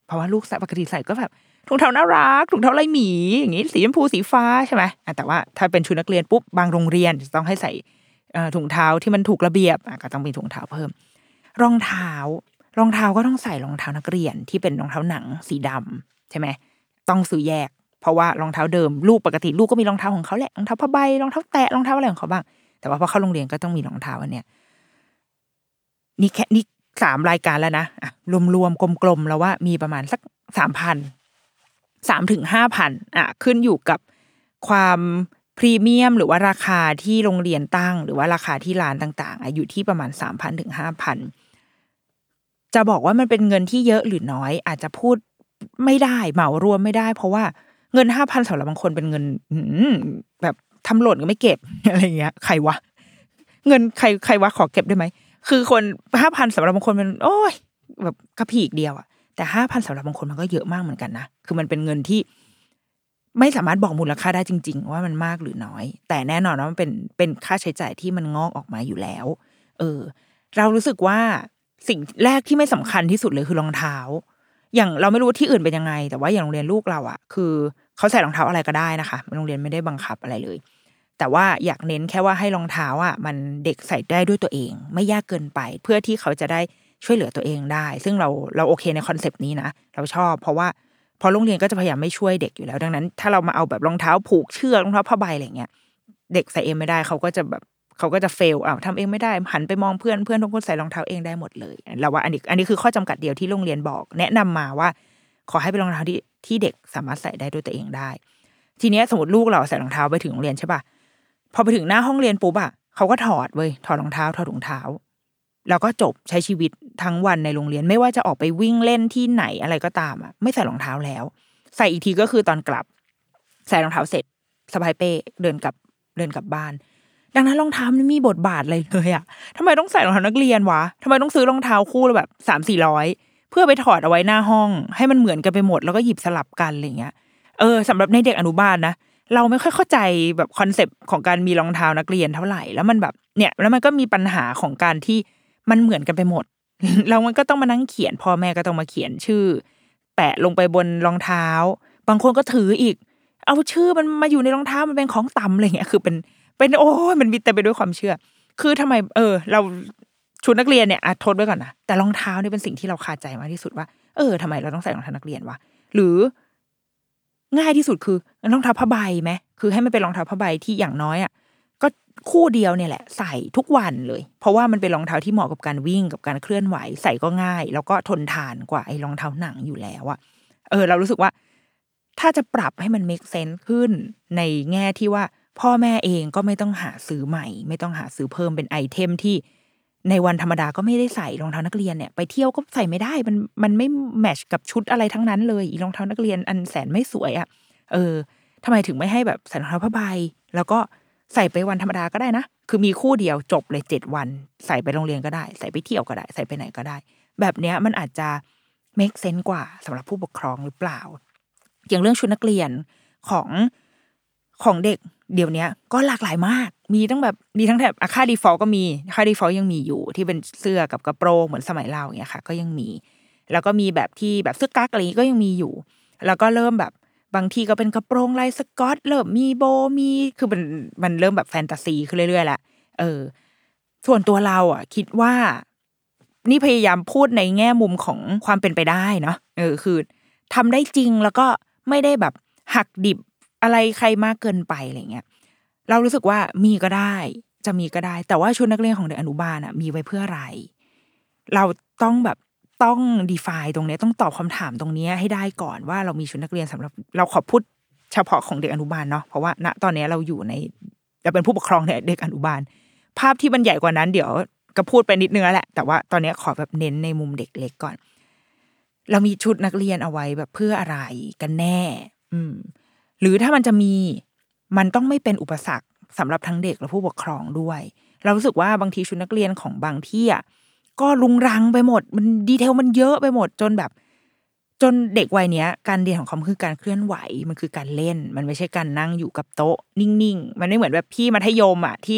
เพราะว่าลูกใส่ปกติใส่ก็แบบถุงเท้าน่ารักถุงเท้าลายหมีอย่างงี้สีชมพูสีฟ้าใช่ไหมแต่ว่าถ้าเป็นชุดนักเรียนปุ๊บบางโรงเรียนจะต้องให้ใส่ถุงเท้าที่มันถูกระเบียบก็ต้องมีถุงเท้าเพิ่มรองเท้ารองเท้าก็ต้องใส่รองเท้านักเรียนที่เป็นรองเท้าหนังสีดำใช่ไหมต้องซื้อแยกเพราะว่ารองเท้าเดิมลูกปกติลูกก็มีรองเท้าของเขาแหละรองเท้าผ้าใบรองเท้าแตะรองเท้าอะไรของเขาบ้างแต่ว่าพอเข้าโรงเรียนก็ต้องมีรองเท้าอันเนี้ยนี่แค่นี่สามรายการแล้วนะอ่ะรวมๆกลมๆแล้วว่ามีประมาณสักสามพันสามถึงห้าพันอ่ะขึ้นอยู่กับความพรีเมียมหรือว่าราคาที่โรงเรียนตั้งหรือว่าราคาที่ร้านต่างๆอ่ะอยู่ที่ประมาณสามพันถึงห้าพันจะบอกว่ามันเป็นเงินที่เยอะหรือน้อยอาจจะพูดไม่ได้เหมารวมไม่ได้เพราะว่าเงินห้าพันสำหรับบางคนเป็นเงินแบบทำหล่นก็ไม่เก็บอะไรเงี้ยใครวะเงินใครใครวะขอเก็บได้ไหมคือคนห้าพันสำหรับบางคนมันโอ้ยแบบกระผีกเดียวอะแต่ห้าพันสำหรับบางคนมันก็เยอะมากเหมือนกันนะคือมันเป็นเงินที่ไม่สามารถบอกมูลค่าได้จริงๆว่ามันมากหรือน้อยแต่แน่นอนว่ามันเป็นเป็นค่าใช้จ่ายที่มันงอกออกมาอยู่แล้วเออเรารู้สึกว่าสิ่งแรกที่ไม่สำคัญที่สุดเลยคือรองเท้าอย่างเราไม่รู้ที่อื่นเป็นยังไงแต่ว่าอย่างโรงเรียนลูกเราอ่ะคือเขาใส่รองเท้าอะไรก็ได้นะคะโรงเรียนไม่ได้บังคับอะไรเลยแต่ว่าอยากเน้นแค่ว่าให้รองเท้าอ่ะมันเด็กใส่ได้ด้วยตัวเองไม่ยากเกินไปเพื่อที่เขาจะได้ช่วยเหลือตัวเองได้ซึ่งเราเราโอเคในคอนเซปต์นี้นะเราชอบเพราะว่าพอโรงเรียนก็จะพยายามไม่ช่วยเด็กอยู่แล้วดังนั้นถ้าเรามาเอาแบบรองเท้าผูกเชือกรองเท้าผ้าใบอะไรเงี้ยเด็กใส่เองไม่ได้เขาก็จะแบบเขาก็จะเฟลอ้าวทำเองไม่ได้หันไปมองเพื่อนเพื่อนทุกคนใส่รองเท้าเองได้หมดเลยเราว่าอันนี้อันนี้คือข้อจำกัดเดียวที่โรงเรียนบอกแนะนำมาว่าขอให้เป็นรองเท้าที่ที่เด็กสามารถใส่ได้ด้วยตัวเองได้ทีเนี้ยสมมติลูกเราใส่รองเท้าไปถึงโรงเรียนใช่ป่ะพอไปถึงหน้าห้องเรียนปุ๊บอ่ะเขาก็ถอดเว้ยถอดรองเท้าถอดถุงเท้าแล้วก็จบใช้ชีวิตทั้งวันในโรงเรียนไม่ว่าจะออกไปวิ่งเล่นที่ไหนอะไรก็ตามอ่ะไม่ใส่รองเท้าแล้วใส่อีกทีก็คือตอนกลับใส่รองเท้าเสร็จสะพายเป้เดินกลับเดินกลับบ้านดังนั้นรองเท้ามันมีบทบาทอะไรเลยอ่ะทำไมต้องใส่รองเท้านักเรียนวะทำไมต้องซื้อรองเท้าคู่ละแบบสามสี่ร้อยเพื่อไปถอดเอาไว้หน้าห้องให้มันเหมือนกันไปหมดแล้วก็หยิบสลับกันอะไรเงี้ยเออสำหรับในเด็กอนุบาลนะเราไม่ค่อยเข้าใจแบบคอนเซปต์ของการมีรองเท้านักเรียนเท่าไหร่แล้วมันแบบเนี่ยแล้วมันก็มีปัญหาของการที่มันเหมือนกันไปหมด แล้วมันก็ต้องมานั่งเขียนพ่อแม่ก็ต้องมาเขียนชื่อแปะลงไปบนรองเท้าบางคนก็ถืออีกเอาชื่อมันมาอยู่ในรองเท้ามันเป็นของต่ำอะไรเงี้ยคือเป็นเป็นโอ้ยมันมีแต่ไปด้วยความเชื่อคือทำไมเออเราชุดนักเรียนเนี่ยอ่ะทดไว้ก่อนนะแต่รองเท้านี่เป็นสิ่งที่เราคาใจมากที่สุดว่าเออทำไมเราต้องใส่รองเท้านักเรียนวะหรือง่ายที่สุดคือรองเท้าผ้าใบไหมคือให้มันเป็นรองเท้าผ้าใบที่อย่างน้อยอ่ะก็คู่เดียวเนี่ยแหละใส่ทุกวันเลยเพราะว่ามันเป็นรองเท้าที่เหมาะกับการวิ่งกับการเคลื่อนไหวใส่ก็ง่ายแล้วก็ทนทานกว่าไอ้รองเท้าหนังอยู่แล้วอ่ะเออเรารู้สึกว่าถ้าจะปรับให้มัน make sense ขึ้นในแง่ที่ว่าพ่อแม่เองก็ไม่ต้องหาซื้อใหม่ไม่ต้องหาซื้อเพิ่มเป็นไอเทมที่ในวันธรรมดาก็ไม่ได้ใส่รองเท้านักเรียนเนี่ยไปเที่ยวก็ใส่ไม่ได้มันมันไม่แมทช์กับชุดอะไรทั้งนั้นเลยอีรองเท้านักเรียนอันแสนไม่สวยอ่ะเออทำไมถึงไม่ให้แบบใส่รองเท้าผ้าใบแล้วก็ใส่ไปวันธรรมดาก็ได้นะคือมีคู่เดียวจบเลยเจ็ดวันใส่ไปโรงเรียนก็ได้ใส่ไปเที่ยวก็ได้ใส่ไปไหนก็ได้แบบเนี้ยมันอาจจะ make sense กว่าสำหรับผู้ปกครองหรือเปล่าอย่างเรื่องชุดนักเรียนของของเด็กเดี๋ยวนี้ก็หลากหลายมากมีตั้งแบบมีทั้งแบบค่า default ก็มีค่า default ยังมีอยู่ที่เป็นเสื้อกับกระโปรงเหมือนสมัยเราอย่างเงี้ยค่ะก็ยังมีแล้วก็มีแบบที่แบบเสื้อกั๊กอะไรก็ยังมีอยู่แล้วก็เริ่มแบบบางทีก็เป็นกระโปรงลายสก๊อตเริ่มมีโบมีคือมันมันเริ่มแบบแฟนตาซีขึ้นเรื่อยๆละเออส่วนตัวเราอ่ะคิดว่านี่พยายามพูดในแง่มุมของความเป็นไปได้เนาะเออคือทำได้จริงแล้วก็ไม่ได้แบบหักดิบอะไรใครมากเกินไปอะไรเงี้ยเรารู้สึกว่ามีก็ได้จะมีก็ได้แต่ว่าชุดนักเรียนของเด็กอนุบาลอ่ะมีไว้เพื่ออะไรเราต้องแบบต้อง define ตรงนี้ต้องตอบคำถามตรงนี้ให้ได้ก่อนว่าเรามีชุดนักเรียนสำหรับเราขอพูดเฉพาะของเด็กอนุบาลเนาะเพราะว่าณตอนนี้เราอยู่ในเราเป็นผู้ปกครองเด็กอนุบาลภาพที่มันใหญ่กว่านั้นเดี๋ยวก็พูดไปนิดนึงแหละแต่ว่าตอนนี้ขอแบบเน้นในมุมเด็กเล็กก่อนเรามีชุดนักเรียนเอาไว้แบบเพื่ออะไรกันแน่อืมหรือถ้ามันจะมีมันต้องไม่เป็นอุปสรรคสำหรับทั้งเด็กและผู้ปกครองด้วยเรารู้สึกว่าบางทีชุดนักเรียนของบางที่อ่ะก็รุงรังไปหมดมันดีเทลมันเยอะไปหมดจนแบบจนเด็กวัยเนี้ยการเรียนของเขาคือการเคลื่อนไหวมันคือการเล่นมันไม่ใช่การนั่งอยู่กับโต๊ะนิ่งๆมันไม่เหมือนแบบพี่มัธยมอ่ะที่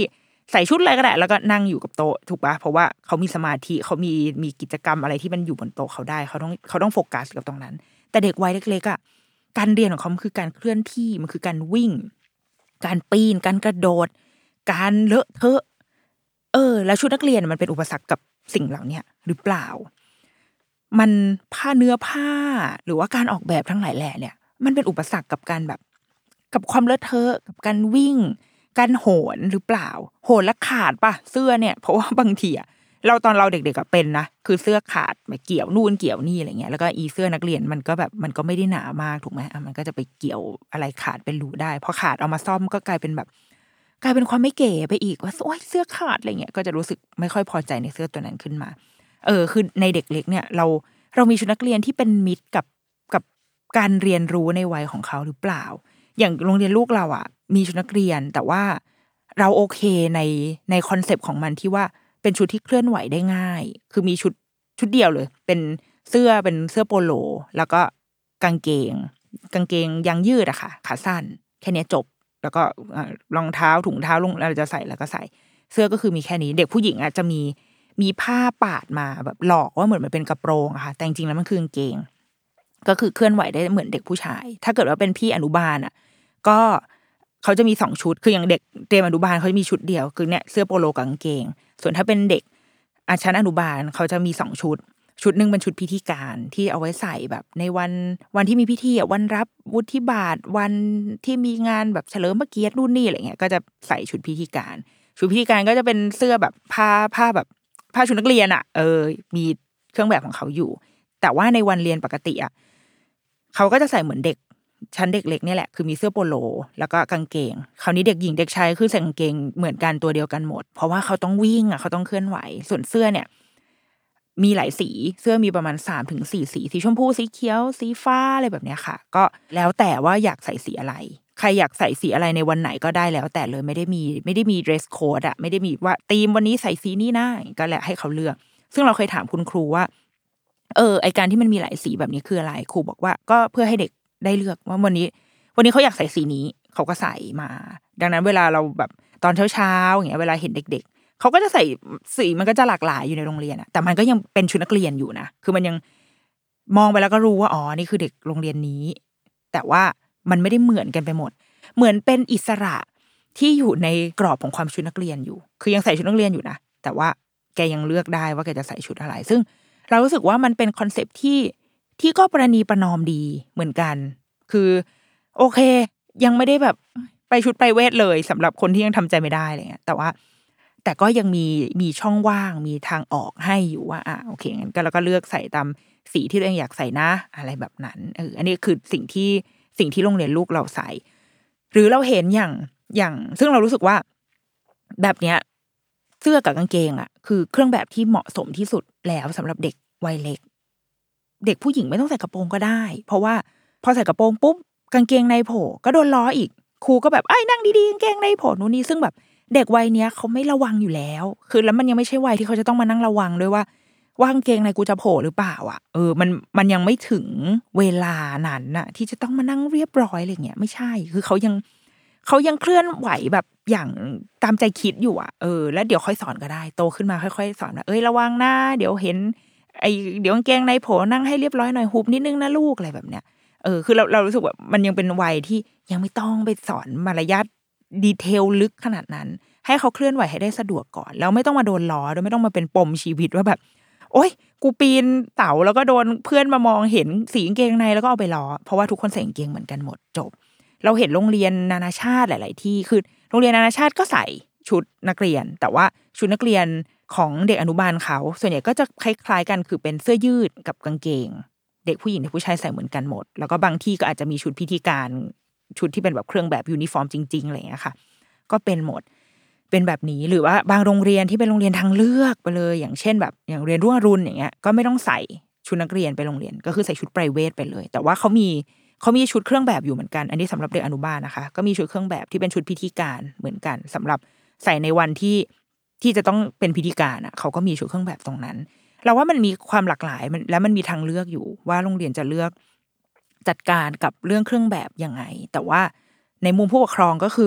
ใส่ชุดอะไรก็ได้แล้วก็นั่งอยู่กับโต๊ะถูกปะเพราะว่าเขามีสมาธิเขามีมีกิจกรรมอะไรที่มันอยู่บนโต๊ะเขาได้เขาต้องเขาต้องโฟกัสกับตรงนั้นแต่เด็กวัยเล็กๆอ่ะการเรียนของเขามันคือการเคลื่อนที่มันคือการวิ่งการปีนการกระโดดการเลอะเทอะเออแล้วชุดนักเรียนมันเป็นอุปสรรคกับสิ่งเหล่านี้หรือเปล่ามันผ้าเนื้อผ้าหรือว่าการออกแบบทั้งหลายแหล่เนี่ยมันเป็นอุปสรรคกับการแบบกับความเลอะเทอะกับการวิ่งการโหนหรือเปล่าโหนแล้วขาดป่ะเสื้อเนี่ยเพราะว่าบางทีอะเราตอนเราเด็กๆก็เป็นนะคือเสื้อขาดแบบเกี่ยวนู่นเกี่ยวนี่อะไรเงี้ยแล้วก็อีเสื้อนักเรียนมันก็แบบมันก็ไม่ได้หนามากถูกไหมอ่ะมันก็จะไปเกี่ยวอะไรขาดเป็นรูได้พอขาดเอามาซ่อมก็กลายเป็นแบบกลายเป็นความไม่เก๋ไปอีกว่าโอ๊ยเสื้อขาดอะไรเงี้ยก็จะรู้สึกไม่ค่อยพอใจในเสื้อตัวนั้นขึ้นมาเออคือในเด็กเล็กเนี่ยเราเรามีชุดนักเรียนที่เป็นมิตรกับกับการเรียนรู้ในวัยของเขาหรือเปล่าอย่างโรงเรียนลูกเราอ่ะมีชุดนักเรียนแต่ว่าเราโอเคในในคอนเซปต์ของมันที่ว่าเป็นชุดที่เคลื่อนไหวได้ง่ายคือมีชุดชุดเดียวเลยเป็นเสื้อเป็นเสื้อโปโลแล้วก็กางเกงกางเกงยางยืดอะค่ะขาสั้นแค่นี้จบแล้วก็รองเท้าถุงเท้าลงเราจะใส่แล้วก็ใส่เสื้อก็คือมีแค่นี้เด็กผู้หญิงอ่ะจะมีมีผ้าปาดมาแบบหลอกว่าเหมือนมันเป็นกระโปรงอะค่ะแต่จริงๆแล้วมันคือกางเกงก็คือเคลื่อนไหวได้เหมือนเด็กผู้ชายถ้าเกิดว่าเป็นพี่อนุบาลอ่ะก็เขาจะมีสองชุดคืออย่างเด็กเตรียมอนุบาลเขาจะมีชุดเดียวคือเนี่ยเสื้อโปโลกับกางเกงส่วนถ้าเป็นเด็กอาชั้นอนุบาลเขาจะมีสองชุดชุดนึงเป็นชุดพิธีการที่เอาไว้ใส่แบบในวันวันที่มีพิธีอ่ะวันรับวุฒิบัตรวันที่มีงานแบบเฉลิมพระเกียรตินู่นนี่อะไรเงี้ยก็จะใส่ชุดพิธีการชุดพิธีการก็จะเป็นเสื้อแบบผ้าผ้าแบบผ้าชุดนักเรียนอ่ะเออมีเครื่องแบบของเขาอยู่แต่ว่าในวันเรียนปกติอ่ะเขาก็จะใส่เหมือนเด็กชั้นเด็กเล็กนี่แหละคือมีเสื้อโปโลแล้วก็กางเกงคราวนี้เด็กหญิงเด็กชายคือใส่กางเกงเหมือนกันตัวเดียวกันหมดเพราะว่าเขาต้องวิ่งอ่ะเขาต้องเคลื่อนไหวส่วนเสื้อเนี่ยมีหลายสีเสื้อมีประมาณ สามถึงสี่ สีสีชมพูสีเขียวสีฟ้าอะไรแบบเนี้ยค่ะก็แล้วแต่ว่าอยากใส่สีอะไรใครอยากใส่สีอะไรในวันไหนก็ได้แล้วแต่เลยไม่ได้มีไม่ได้มี dress code อ่ะไม่ได้มีว่าธีมวันนี้ใส่สีนี้นะก็แหละให้เขาเลือกซึ่งเราเคยถามคุณครูว่าเออไอการที่มันมีหลายสีแบบนี้คืออะไรครูบอกว่าก็เพื่อให้เด็กได้เลือกว่าวันนี้วันนี้เขาอยากใส่สีนี้เขาก็ใส่มาดังนั้นเวลาเราแบบตอนเช้าๆอย่างเงี้ยเวลาเห็นเด็กๆเขาก็จะใส่สีมันก็จะหลากหลายอยู่ในโรงเรียนอะแต่มันก็ยังเป็นชุดนักเรียนอยู่นะคือมันยังมองไปแล้วก็รู้ว่าอ๋อนี่คือเด็กโรงเรียนนี้แต่ว่ามันไม่ได้เหมือนกันไปหมดเหมือนเป็นอิสระที่อยู่ในกรอบของความชุดนักเรียนอยู่คือยังใส่ชุดนักเรียนอยู่นะแต่ว่าแกยังเลือกได้ว่าแกจะใส่ชุดอะไรซึ่งเรารู้สึกว่ามันเป็นคอนเซปต์ที่ที่ก็ประนีประนอมดีเหมือนกันคือโอเคยังไม่ได้แบบไปชุดไปเวทเลยสำหรับคนที่ยังทำใจไม่ได้อะไรเงี้ยแต่ว่าแต่ก็ยังมีมีช่องว่างมีทางออกให้อยู่ว่าอ่ะโอเคงั้นก็แล้วก็เลือกใส่ตามสีที่ตัวเองอยากใส่นะอะไรแบบนั้นเอออันนี้คือสิ่งที่สิ่งที่โรงเรียนลูกเราใส่หรือเราเห็นอย่างอย่างซึ่งเรารู้สึกว่าแบบเนี้ยเสื้อกับกางเกงอ่ะคือเครื่องแบบที่เหมาะสมที่สุดแล้วสำหรับเด็กวัยเล็กเด็กผู้หญิงไม่ต้องใส่กระโปรงก็ได้เพราะว่าพอใส่กระโปรงปุ๊บกางเกงในโผล่ก็โดนล้ออีกครูก็แบบไอ้นั่งดีๆกางเกงในโผล่นู่นนี่ซึ่งแบบเด็กวัยเนี้ยเขาไม่ระวังอยู่แล้วคือแล้วมันยังไม่ใช่วัยที่เขาจะต้องมานั่งระวังด้วยว่าว่ากางเกงในกูจะโผล่หรือเปล่าอ่ะเออมันมันยังไม่ถึงเวลานั้นน่ะที่จะต้องมานั่งเรียบร้อยอะไรเงี้ยไม่ใช่คือเขายังเขายังเคลื่อนไหวแบบอย่างตามใจคิดอยู่อ่ะเออแล้วเดี๋ยวค่อยสอนก็ได้โตขึ้นมาค่อยๆสอนว่าเอ้ยระวังนะเดี๋ยวเห็นไอเดี๋ยวกางเกงในโผล่นั่งให้เรียบร้อยหน่อยหุบนิดนึงนะลูกอะไรแบบเนี้ยเออคือเราเรารู้สึกว่ามันยังเป็นวัยที่ยังไม่ต้องไปสอนมารยาทดีเทลลึกขนาดนั้นให้เขาเคลื่อนไหวให้ได้สะดวกก่อนแล้วไม่ต้องมาโดนล้อด้วยไม่ต้องมาเป็นปมชีวิตว่าแบบโอ๊ยกูปีนเต่าแล้วก็โดนเพื่อนมามองเห็นสีกางเกงในแล้วก็เอาไปล้อเพราะว่าทุกคนใส่กางเกงเหมือนกันหมดจบเราเห็นโรงเรียนนานาชาติหลายๆที่คือโรงเรียนนานาชาติก็ใส่ชุดนักเรียนแต่ว่าชุดนักเรียนของเด็กอนุบาลเขาส่วนใหญ่ก็จะคล้ายๆกันคือเป็นเสื้อยืดกับกางเกงเด็กผู้หญิงเด็กผู้ชายใส่เหมือนกันหมดแล้วก็บางที่ก็อาจจะมีชุดพิธีการชุดที่เป็นแบบเครื่องแบบยูนิฟอร์มจริงๆอะไรอย่างเงี้ยค่ะก็เป็นหมดเป็นแบบนี้หรือว่าบางโรงเรียนที่เป็นโรงเรียนทางเลือกไปเลยอย่างเช่นแบบอย่างเรียนรุ่งอรุณอย่างเงี้ยก็ไม่ต้องใส่ชุดนักเรียนไปโรงเรียนก็คือใส่ชุดไพรเวทไปเลยแต่ว่าเขามีเขามีชุดเครื่องแบบอยู่เหมือนกันอันนี้สำหรับเด็กอนุบาลนะคะก็มีชุดเครื่องแบบที่เป็นชุดพิธีการเหมือนกันสำหรับใส่ในวันที่ที่จะต้องเป็นพิธีการอ่ะเขาก็มีชุดเครื่องแบบตรงนั้นเราว่ามันมีความหลากหลายมันแล้วมันมีทางเลือกอยู่ว่าโรงเรียนจะเลือกจัดการกับเรื่องเครื่องแบบยังไงแต่ว่าในมุมผู้ปกครองก็คือ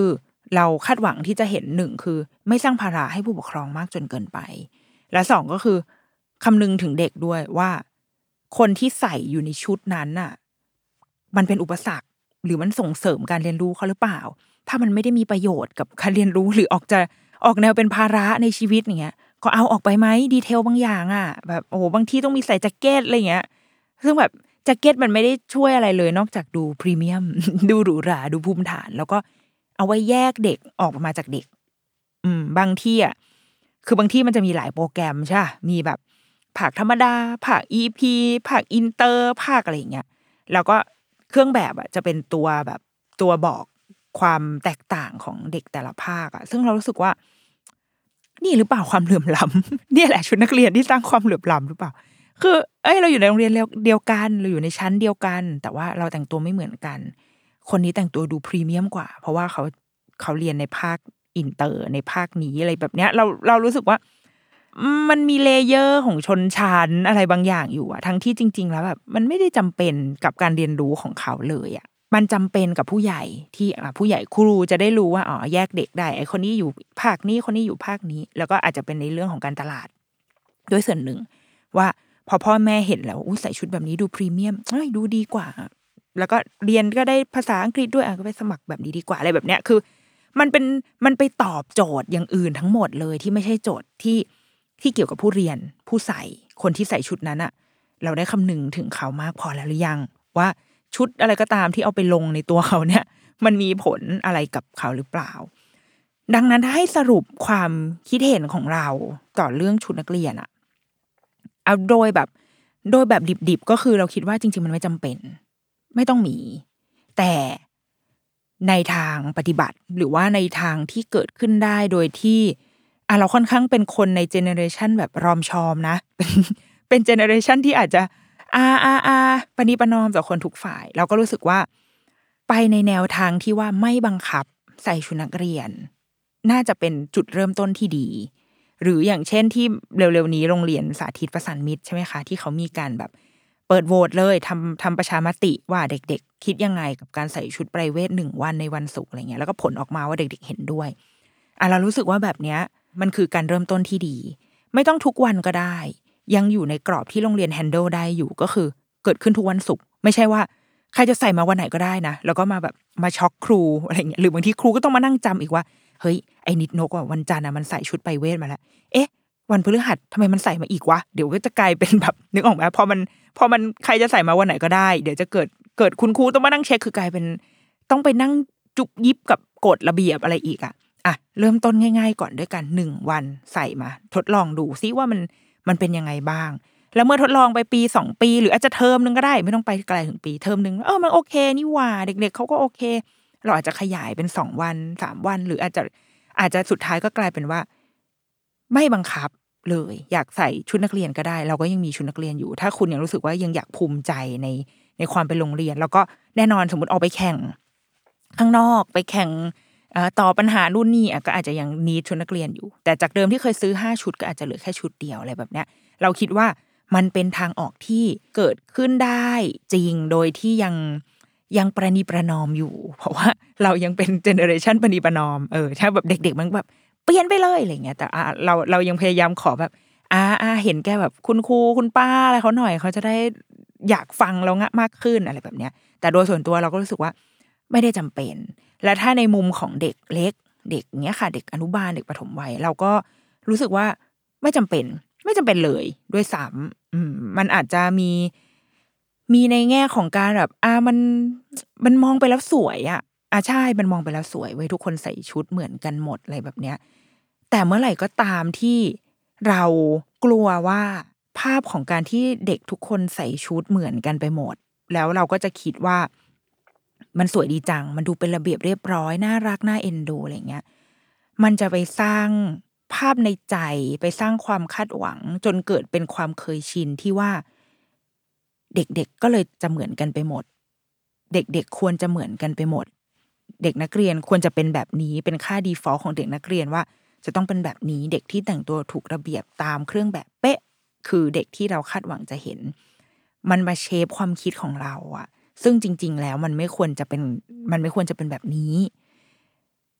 เราคาดหวังที่จะเห็นหนึ่งคือไม่สร้างภาระให้ผู้ปกครองมากจนเกินไปและสองก็คือคำนึงถึงเด็กด้วยว่าคนที่ใส่อยู่ในชุดนั้นน่ะมันเป็นอุปสรรคหรือมันส่งเสริมการเรียนรู้เขาหรือเปล่าถ้ามันไม่ได้มีประโยชน์กับการเรียนรู้หรือออกจะออกแนวเป็นภาระในชีวิตอย่างเงี้ยก็เอาออกไปไหมดีเทลบางอย่างอ่ะแบบโอ้โหบางทีต้องมีใส่แจ็คเก็ตอะไรเงี้ยซึ่งแบบแจ็คเก็ตมันไม่ได้ช่วยอะไรเลยนอกจากดูพรีเมียม ดูหรูหราดูภูมิฐานแล้วก็เอาไว้แยกเด็กออกมาจากเด็กอืมบางที่อ่ะคือบางที่มันจะมีหลายโปรแกรมใช่ป่ะมีแบบภาคธรรมดาภาค อี พี ภาคอินเตอร์ภาคอะไรอย่างเงี้ยแล้วก็เครื่องแบบอ่ะจะเป็นตัวแบบตัวบอกความแตกต่างของเด็กแต่ละภาคอ่ะซึ่งเรารู้สึกว่านี่หรือเปล่าความเหลื่อมล้ำ เนี่ยแหละชุดนักเรียนที่สร้างความเหลื่อมล้ำหรือเปล่าคือเอ้ยเราอยู่ในโรงเรียนเดียวกันเราอยู่ในชั้นเดียวกันแต่ว่าเราแต่งตัวไม่เหมือนกันคนนี้แต่งตัวดูพรีเมียมกว่าเพราะว่าเขาเขาเรียนในภาคอินเตอร์ในภาคนี้อะไรแบบเนี้ยเราเรารู้สึกว่ามันมีเลเยอร์ของชนชั้นอะไรบางอย่างอยู่อะทั้งที่จริงๆแล้วแบบมันไม่ได้จำเป็นกับการเรียนรู้ของเขาเลยอะมันจำเป็นกับผู้ใหญ่ที่ผู้ใหญ่ครูจะได้รู้ว่าอ๋อแยกเด็กได้ไอ้คนนี้อยู่ภาคนี้คนนี้อยู่ภาคนี้แล้วก็อาจจะเป็นในเรื่องของการตลาดด้วยส่วนหนึ่งว่าพอพ่อแม่เห็นแล้วอุ้ยใส่ชุดแบบนี้ดูพรีเมียมเอ้ยดูดีกว่าแล้วก็เรียนก็ได้ภาษาอังกฤษด้วยอ่ะก็ไปสมัครแบบนี้ดีกว่าอะไรแบบเนี้ยคือมันเป็นมันไปตอบโจทย์อย่างอื่นทั้งหมดเลยที่ไม่ใช่โจทย์ที่ที่เกี่ยวกับผู้เรียนผู้ใส่คนที่ใส่ชุดนั้นอะเราได้คำนึงถึงเขามากพอแล้วหรือยังว่าชุดอะไรก็ตามที่เอาไปลงในตัวเขาเนี่ยมันมีผลอะไรกับเขาหรือเปล่าดังนั้นถ้าให้สรุปความคิดเห็นของเราต่อเรื่องชุดนักเรียนอะเอาโดยแบบโดยแบบดิบๆก็คือเราคิดว่าจริงๆมันไม่จำเป็นไม่ต้องมีแต่ในทางปฏิบัติหรือว่าในทางที่เกิดขึ้นได้โดยที่อ่ะเราค่อนข้างเป็นคนในเจเนอเรชันแบบรอมชอมนะเป็นเป็นเจเนอเรชันที่อาจจะอาอาอาปณิประนอมต่อคนทุกฝ่ายเราก็รู้สึกว่าไปในแนวทางที่ว่าไม่บังคับใส่ชุดนักเรียนน่าจะเป็นจุดเริ่มต้นที่ดีหรืออย่างเช่นที่เร็วๆนี้โรงเรียนสาธิตประสานมิตรใช่ไหมคะที่เขามีการแบบเปิดโหวตเลยทำทำประชามติว่าเด็กๆคิดยังไงกับการใส่ชุดไพรเวทหนึ่งวันในวันศุกร์อะไรเงี้ยแล้วก็ผลออกมาว่าเด็กๆเห็นด้วยอ่ะเรารู้สึกว่าแบบเนี้ยมันคือการเริ่มต้นที่ดีไม่ต้องทุกวันก็ได้ยังอยู่ในกรอบที่โรงเรียนแฮนเดิลได้อยู่ก็คือเกิดขึ้นทุกวันศุกร์ไม่ใช่ว่าใครจะใส่มาวันไหนก็ได้นะแล้วก็มาแบบมาช็อกครูอะไรเงี้ยหรือบางทีครูก็ต้องมานั่งจำอีกว่าเฮ้ยไอ้นิดนกว่าวันจันทร์อะมันใส่ชุดไพรเวทมาแล้วเอ๊ะวันพฤหัสทำไมมันใส่มาอีกวะเดี๋ยวก็จะกลายเป็นแบบนึกออกไหมพอมันพอมันใครจะใส่มาวันไหนก็ได้เดี๋ยวจะเกิดเกิดคุณครูต้องมานั่งเช็คคือกลายเป็นต้องไปนั่งจุบยิบกับกฎระเบียบอะไรอีกอะอ่ะเริ่มต้นง่ายๆก่อนด้วยกันหนึ่งวันใส่มาทดลองดูซิว่ามันมันเป็นยังไงบ้างแล้วเมื่อทดลองไปปีสองปีหรืออาจจะเทอมนึงก็ได้ไม่ต้องไปไกลถึงปีเทอมนึงเออมันโอเคนี่ว่าเด็กๆเขาก็โอเคเราอาจจะขยายเป็นสองวันสามวันหรืออาจจะอาจจะสุดท้ายก็กลายเป็นว่าไม่บังคับเลยอยากใส่ชุดนักเรียนก็ได้เราก็ยังมีชุดนักเรียนอยู่ถ้าคุณยังรู้สึกว่ายังอยากภูมิใจในในความเป็นโรงเรียนแล้วก็แน่นอนสมมติออกไปแข่งข้างนอกไปแข่งต่อปัญหารุ่นนี้ก็อาจจะยังนีดชุดนักเรียนอยู่แต่จากเดิมที่เคยซื้อห้าชุดก็อาจจะเหลือแค่ชุดเดียวอะไรแบบเนี้ยเราคิดว่ามันเป็นทางออกที่เกิดขึ้นได้จริงโดยที่ยังยังประนีประนอมอยู่เพราะว่าเรายังเป็นเจเนอเรชันประนีประนอมเออถ้าแบบเด็กๆมันแบบเปลี่ยนไปเลยอะไรเงี้ยแต่เราเรายังพยายามขอแบบอ่าอ่าเห็นแกแบบคุณครูคุณป้าอะไรเขาหน่อยเขาจะได้อยากฟังเรางะมากขึ้นอะไรแบบเนี้ยแต่โดยส่วนตัวเราก็รู้สึกว่าไม่ได้จำเป็นและถ้าในมุมของเด็กเล็กเด็กเงี้ยค่ะเด็กอนุบาลเด็กประถมวัยเราก็รู้สึกว่าไม่จำเป็นไม่จำเป็นเลยด้วยซ้ำอืมมันอาจจะมีมีในแง่ของการแบบอ่ามันมันมองไปแล้วสวยอ่ะอ่ะใช่มันมองไปแล้วสวยเว้ยทุกคนใส่ชุดเหมือนกันหมดอะไรแบบเนี้ยแต่เมื่อไหร่ก็ตามที่เรากลัวว่าภาพของการที่เด็กทุกคนใส่ชุดเหมือนกันไปหมดแล้วเราก็จะคิดว่ามันสวยดีจังมันดูเป็นระเบียบเรียบร้อยน่ารักน่าเอ็นดูอะไรเงี้ยมันจะไปสร้างภาพในใจไปสร้างความคาดหวังจนเกิดเป็นความเคยชินที่ว่าเด็กๆก็เลยจะเหมือนกันไปหมดเด็กๆควรจะเหมือนกันไปหมดเด็กนักเรียนควรจะเป็นแบบนี้เป็นค่า default ของเด็กนักเรียนว่าจะต้องเป็นแบบนี้เด็กที่แต่งตัวถูกระเบียบตามเครื่องแบบเป๊ะคือเด็กที่เราคาดหวังจะเห็นมันมาเชฟความคิดของเราอะซึ่งจริงๆแล้วมันไม่ควรจะเป็นมันไม่ควรจะเป็นแบบนี้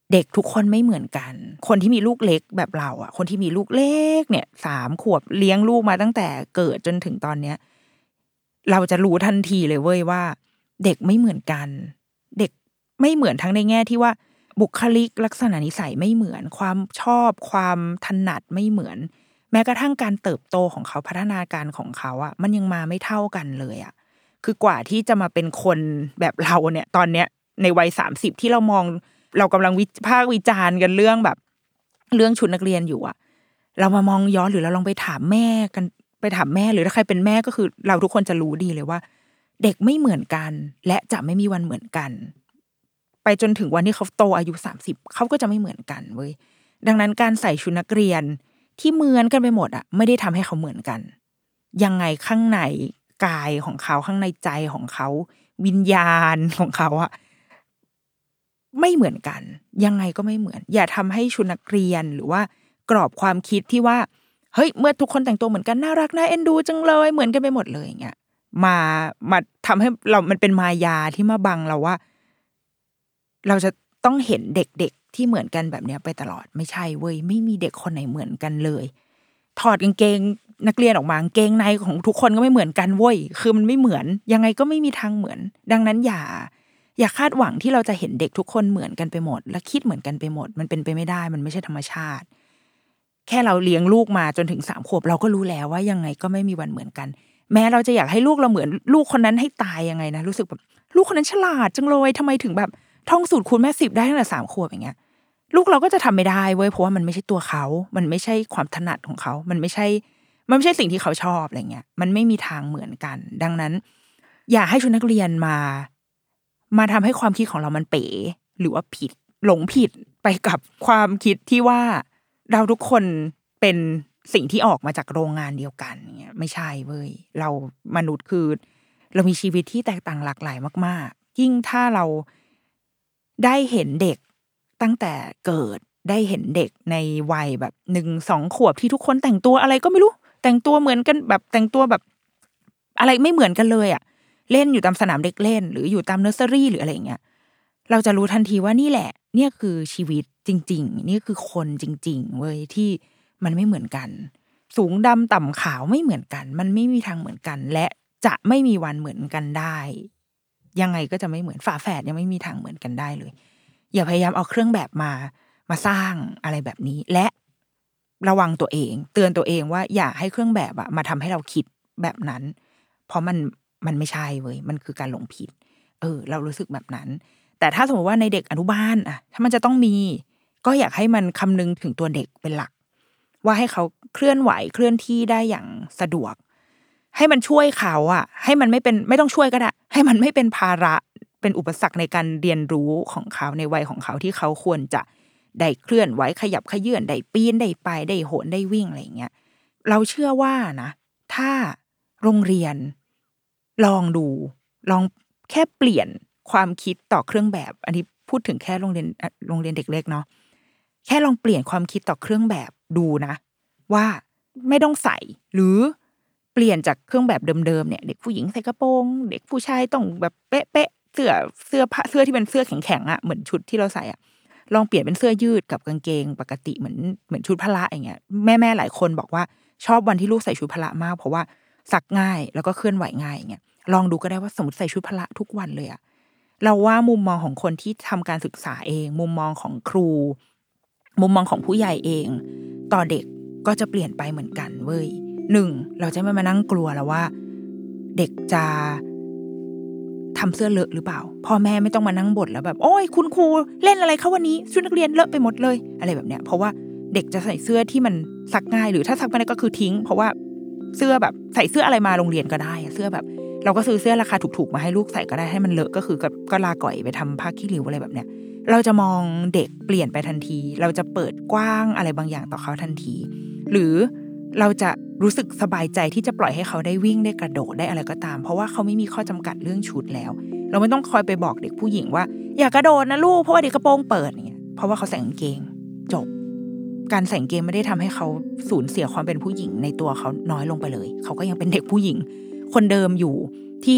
เด็กทุกคนไม่เหมือนกันคนที่มีลูกเล็กแบบเราอ่ะคนที่มีลูกเล็กเนี่ยสามขวบเลี้ยงลูกมาตั้งแต่เกิดจนถึงตอนเนี้ยเราจะรู้ทันทีเลยเว้ยว่าเด็กไม่เหมือนกันเด็กไม่เหมือนทั้งในแง่ที่ว่าบุคลิกลักษณะนิสัยไม่เหมือนความชอบความถนัดไม่เหมือนแม้กระทั่งการเติบโตของเขาพัฒนาการของเขาอ่ะมันยังมาไม่เท่ากันเลยอ่ะคือกว่าที่จะมาเป็นคนแบบเราเนี่ยตอนเนี้ยในวัยสามสิบที่เรามองเรากำลังวิพากษ์วิจารณ์กันเรื่องแบบเรื่องชุดนักเรียนอยู่อ่ะเรามามองย้อนหรือเราลองไปถามแม่กันไปถามแม่หรือถ้าใครเป็นแม่ก็คือเราทุกคนจะรู้ดีเลยว่าเด็กไม่เหมือนกันและจะไม่มีวันเหมือนกันไปจนถึงวันที่เขาโตอายุสามสิบเขาก็จะไม่เหมือนกันเว้ยดังนั้นการใส่ชุดนักเรียนที่เหมือนกันไปหมดอ่ะไม่ได้ทำให้เขาเหมือนกันยังไงข้างในกายของเขาข้างในใจของเขาวิญญาณของเขาอ่ะไม่เหมือนกันยังไงก็ไม่เหมือนอย่าทำให้ชุดนักเรียนหรือว่ากรอบความคิดที่ว่าเฮ้ยเมื่อทุกคนแต่งตัวเหมือนกันน่ารักน่าเอ็นดูจังเลยเหมือนกันไปหมดเลยอย่างเงี้ยมามาทำให้เรามันเป็นมายาที่มาบังเราว่าเราจะต้องเห็นเด็กๆที่เหมือนกันแบบเนี้ยไปตลอดไม่ใช่เว้ยไม่มีเด็กคนไหนเหมือนกันเลยถอดกางเกงนักเรียนออกมากางเกงในของทุกคนก็ไม่เหมือนกันเว้ยคือมันไม่เหมือนยังไงก็ไม่มีทางเหมือนดังนั้นอย่าอย่าคาดหวังที่เราจะเห็นเด็กทุกคนเหมือนกันไปหมดและคิดเหมือนกันไปหมดมันเป็นไปไม่ได้มันไม่ใช่ธรรมชาติแค่เราเลี้ยงลูกมาจนถึงสามขวบเราก็รู้แล้วว่ายังไงก็ไม่มีวันเหมือนกันแม้เราจะอยากให้ลูกเราเหมือนลูกคนนั้นให้ตายยังไงนะรู้สึกแบบลูกคนนั้นฉลาดจังเลยทำไมถึงแบบท่องสูตรคูณแม่สิบได้ตั้งแต่สามขวบอย่างเงี้ยลูกเราก็จะทำไม่ได้เว้ยเพราะว่ามันไม่ใช่ตัวเขามันไม่ใช่ความถนัดของเขามันไม่ใช่มันไม่ใช่สิ่งที่เขาชอบอะไรเงี้ยมันไม่มีทางเหมือนกันดังนั้นอย่าให้ชุดนักเรียนมามาทำให้ความคิดของเรามันเป๋หรือว่าผิดหลงผิดไปกับความคิดที่ว่าเราทุกคนเป็นสิ่งที่ออกมาจากโรงงานเดียวกันเงี้ยไม่ใช่เว้ยเรามนุษย์คือเรามีชีวิตที่แตกต่างหลากหลายมากๆยิ่งถ้าเราได้เห็นเด็กตั้งแต่เกิดได้เห็นเด็กในวัยแบบหนึ่งสองขวบที่ทุกคนแต่งตัวอะไรก็ไม่รู้แต่งตัวเหมือนกันแบบแต่งตัวแบบอะไรไม่เหมือนกันเลยอ่ะเล่นอยู่ตามสนามเด็กเล่นหรืออยู่ตามเนอร์เซอรี่หรืออะไรอย่างเงี้ยเราจะรู้ทันทีว่านี่แหละเนี่ยคือชีวิตจริงๆนี่คือคนจริงๆเว้ยที่มันไม่เหมือนกันสูงดำต่ำขาวไม่เหมือนกันมันไม่มีทางเหมือนกันและจะไม่มีวันเหมือนกันได้ยังไงก็จะไม่เหมือนฝาแฝดยังไม่มีทางเหมือนกันได้เลยอย่าพยายามเอาเครื่องแบบมามาสร้างอะไรแบบนี้และระวังตัวเองเตือนตัวเองว่าอย่าให้เครื่องแบบอะมาทำให้เราคิดแบบนั้นเพราะมันมันไม่ใช่เว้ยมันคือการหลงผิดเออเรารู้สึกแบบนั้นแต่ถ้าสมมติว่าในเด็กอนุบาลอะถ้ามันจะต้องมีก็อยากให้มันคำนึงถึงตัวเด็กเป็นหลักว่าให้เขาเคลื่อนไหวเคลื่อนที่ได้อย่างสะดวกให้มันช่วยเขาอะให้มันไม่เป็นไม่ต้องช่วยก็ได้ให้มันไม่เป็นภาระเป็นอุปสรรคในการเรียนรู้ของเขาในวัยของเขาที่เขาควรจะได้เคลื่อนไหวขยับเขยื้อนได้ปีนได้ไปได้โหนได้วิ่งอะไรอย่างเงี้ยเราเชื่อว่านะถ้าโรงเรียนลองดูลองแค่เปลี่ยนความคิดต่อเครื่องแบบอันนี้พูดถึงแค่โรงเรียนโรงเรียนเด็กเล็กเนาะแค่ลองเปลี่ยนความคิดต่อเครื่องแบบดูนะว่าไม่ต้องใส่หรือเปลี่ยนจากเครื่องแบบเดิมๆเนี่ยเด็กผู้หญิงใส่กระโปรงเด็กผู้ชายต้องแบบเป๊ะๆเสื้อเสื้อผ้าเสื้อที่เป็นเสื้อแข็งๆอ่ะเหมือนชุดที่เราใส่อ่ะลองเปลี่ยนเป็นเสื้อยืดกับกางเกงปกติเหมือนเหมือนชุดพละอย่างเงี้ยแม่ๆหลายคนบอกว่าชอบวันที่ลูกใส่ชุดพละมากเพราะว่าซักง่ายแล้วก็เคลื่อนไหวง่ายอย่างเงี้ยลองดูก็ได้ว่าสมมติใส่ชุดพละทุกวันเลยอ่ะเราว่ามุมมองของคนที่ทำการศึกษาเองมุมมองของครูมุมมองของผู้ใหญ่เองต่อเด็กก็จะเปลี่ยนไปเหมือนกันเว้ยหนึ่งเราจะไม่มานั่งกลัวแล้วว่าเด็กจะทำเสื้อเลอะหรือเปล่าพ่อแม่ไม่ต้องมานั่งบ่นแล้วแบบโอ้ยคุณครูเล่นอะไรเขาวันนี้ชุดนักเรียนเลอะไปหมดเลยอะไรแบบเนี้ยเพราะว่าเด็กจะใส่เสื้อที่มันซักง่ายหรือถ้าซักไม่ได้ก็คือทิ้งเพราะว่าเสื้อแบบใส่เสื้ออะไรมาโรงเรียนก็ได้เสื้อแบบเราก็ซื้อเสื้อราคาถูกๆมาให้ลูกใส่ก็ได้ให้มันเลอะก็คือก็ลาก่อยไปทำผ้าขี้ริ้วอะไรแบบเนี้ยเราจะมองเด็กเปลี่ยนไปทันทีเราจะเปิดกว้างอะไรบางอย่างต่อเขาทันทีหรือเราจะรู้สึกสบายใจที่จะปล่อยให้เขาได้วิ่งได้กระโดดได้อะไรก็ตามเพราะว่าเขาไม่มีข้อจำกัดเรื่องชุดแล้วเราไม่ต้องคอยไปบอกเด็กผู้หญิงว่าอย่ากระโดดนะลูกเพราะว่าเด็กกระโปรงเปิดเนี่ยเพราะว่าเขาใส่กางเกงจบการใส่กางเกงไม่ได้ทำให้เขาสูญเสียความเป็นผู้หญิงในตัวเขาน้อยลงไปเลยเขาก็ยังเป็นเด็กผู้หญิงคนเดิมอยู่ที่อ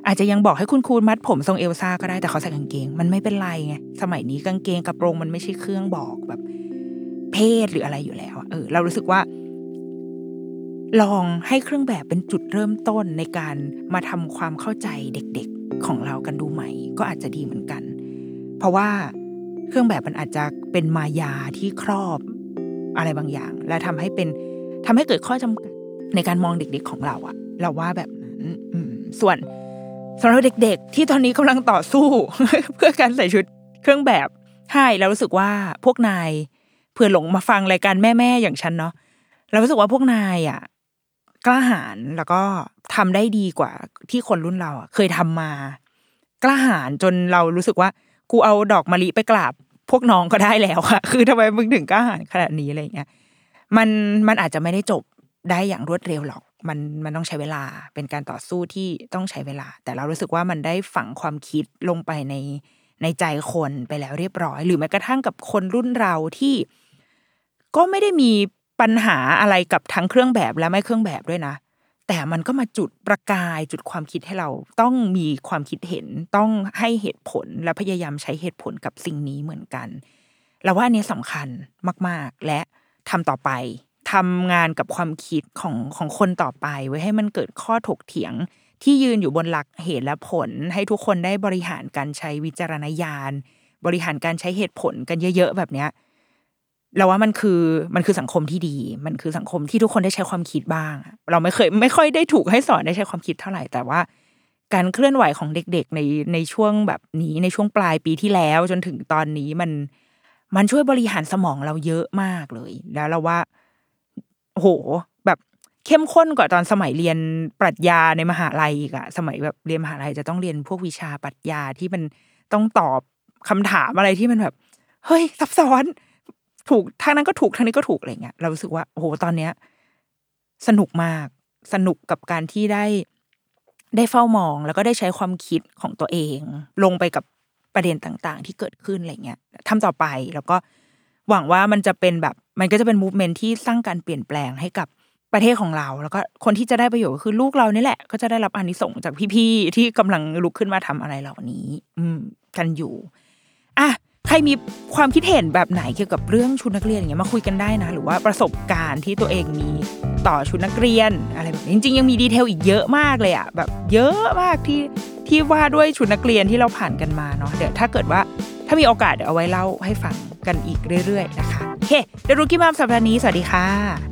อาจจะยังบอกให้คุณครูมัดผมทรงเอลซ่าก็ได้แต่เขาใส่กางเกงมันไม่เป็นไรไงสมัยนี้กางเกงกระโปรงมันไม่ใช่เครื่องบอกแบบเพศหรืออะไรอยู่แล้วเออเรารู้สึกว่าลองให้เครื่องแบบเป็นจุดเริ่มต้นในการมาทำความเข้าใจเด็กๆของเรากันดูใหม่ก็อาจจะดีเหมือนกันเพราะว่าเครื่องแบบมันอาจจะเป็นมายาที่ครอบอะไรบางอย่างและทำให้เป็นทำให้เกิดข้อจำกัดในการมองเด็กๆของเราอะเราว่าแบบนั้นส่วนสำหรับเด็กๆที่ตอนนี้กำลังต่อสู้ เพื่อการใส่ชุดเครื่องแบบให้เรารู้สึกว่าพวกนายเผื่อหลงมาฟังรายการแม่ๆอย่างฉันเนาะเรารู้สึกว่าพวกนายอ่ะกล้าหาญแล้วก็ทำได้ดีกว่าที่คนรุ่นเราอ่ะเคยทำมากล้าหาญจนเรารู้สึกว่ากูเอาดอกมะลิไปกราบพวกน้องก็ได้แล้วค่ะคือทำไมมึงถึงกล้าหาญขนาดนี้อะไรอย่างเงี้ยมันมันอาจจะไม่ได้จบได้อย่างรวดเร็วหรอกมันมันต้องใช้เวลาเป็นการต่อสู้ที่ต้องใช้เวลาแต่เรารู้สึกว่ามันได้ฝังความคิดลงไปในในใจคนไปแล้วเรียบร้อยหรือแม้กระทั่งกับคนรุ่นเราที่ก็ไม่ได้มีปัญหาอะไรกับทั้งเครื่องแบบและไม่เครื่องแบบด้วยนะแต่มันก็มาจุดประกายจุดความคิดให้เราต้องมีความคิดเห็นต้องให้เหตุผลและพยายามใช้เหตุผลกับสิ่งนี้เหมือนกันเราว่าอันนี้สำคัญมากๆและทำต่อไปทำงานกับความคิดของของคนต่อไปไว้ให้มันเกิดข้อถกเถียงที่ยืนอยู่บนหลักเหตุและผลให้ทุกคนได้บริหารการใช้วิจารณญาณบริหารการใช้เหตุผลกันเยอะๆแบบเนี้ยเราว่ามันคือมันคือสังคมที่ดีมันคือสังคมที่ทุกคนได้ใช้ความคิดบ้างเราไม่เคยไม่ค่อยได้ถูกให้สอนได้ใช้ความคิดเท่าไหร่แต่ว่าการเคลื่อนไหวของเด็กๆในในช่วงแบบนี้ในช่วงปลายปีที่แล้วจนถึงตอนนี้มันมันช่วยบริหารสมองเราเยอะมากเลยแล้วเราว่าโหแบบเข้มข้นกว่าตอนสมัยเรียนปรัชญาในมหาลัยอีกอะสมัยแบบเรียนมหาลัยจะต้องเรียนพวกวิชาปรัชญาที่มันต้องตอบคำถามอะไรที่มันแบบเฮ้ยซับซ้อนถูกทางนั้นก็ถูกทางนี้ก็ถูกอะไรเงี้ยเรารู้สึกว่าโอ้โหตอนเนี้ยสนุกมากสนุกกับการที่ได้ได้เฝ้ามองแล้วก็ได้ใช้ความคิดของตัวเองลงไปกับประเด็นต่างๆที่เกิดขึ้นอะไรเงี้ยทำต่อไปแล้วก็หวังว่ามันจะเป็นแบบมันก็จะเป็นมูฟเมนท์ที่สร้างการเปลี่ยนแปลงให้กับประเทศของเราแล้วก็คนที่จะได้ประโยชน์ก็คือลูกเรานี่แหละก็จะได้รับอานิสงส์จากพี่ๆที่กำลังลุกขึ้นมาทำอะไรเหล่านี้อืมกันอยู่อ่ะใครมีความคิดเห็นแบบไหนเกี่ยวกับเรื่องชุดนักเรียนอย่างเงี้ยมาคุยกันได้นะหรือว่าประสบการณ์ที่ตัวเองมีต่อชุดนักเรียนอะไรแบบนี้จริงๆยังมีดีเทลอีกเยอะมากเลยอ่ะแบบเยอะมากที่ที่ว่าด้วยชุดนักเรียนที่เราผ่านกันมาเนาะเดี๋ยวถ้าเกิดว่าถ้ามีโอกาสเดี๋ยวเอาไว้เล่าให้ฟังกันอีกเรื่อยๆนะคะโอเคเดรุกี้มัมสัปดาห์นี้สวัสดีค่ะ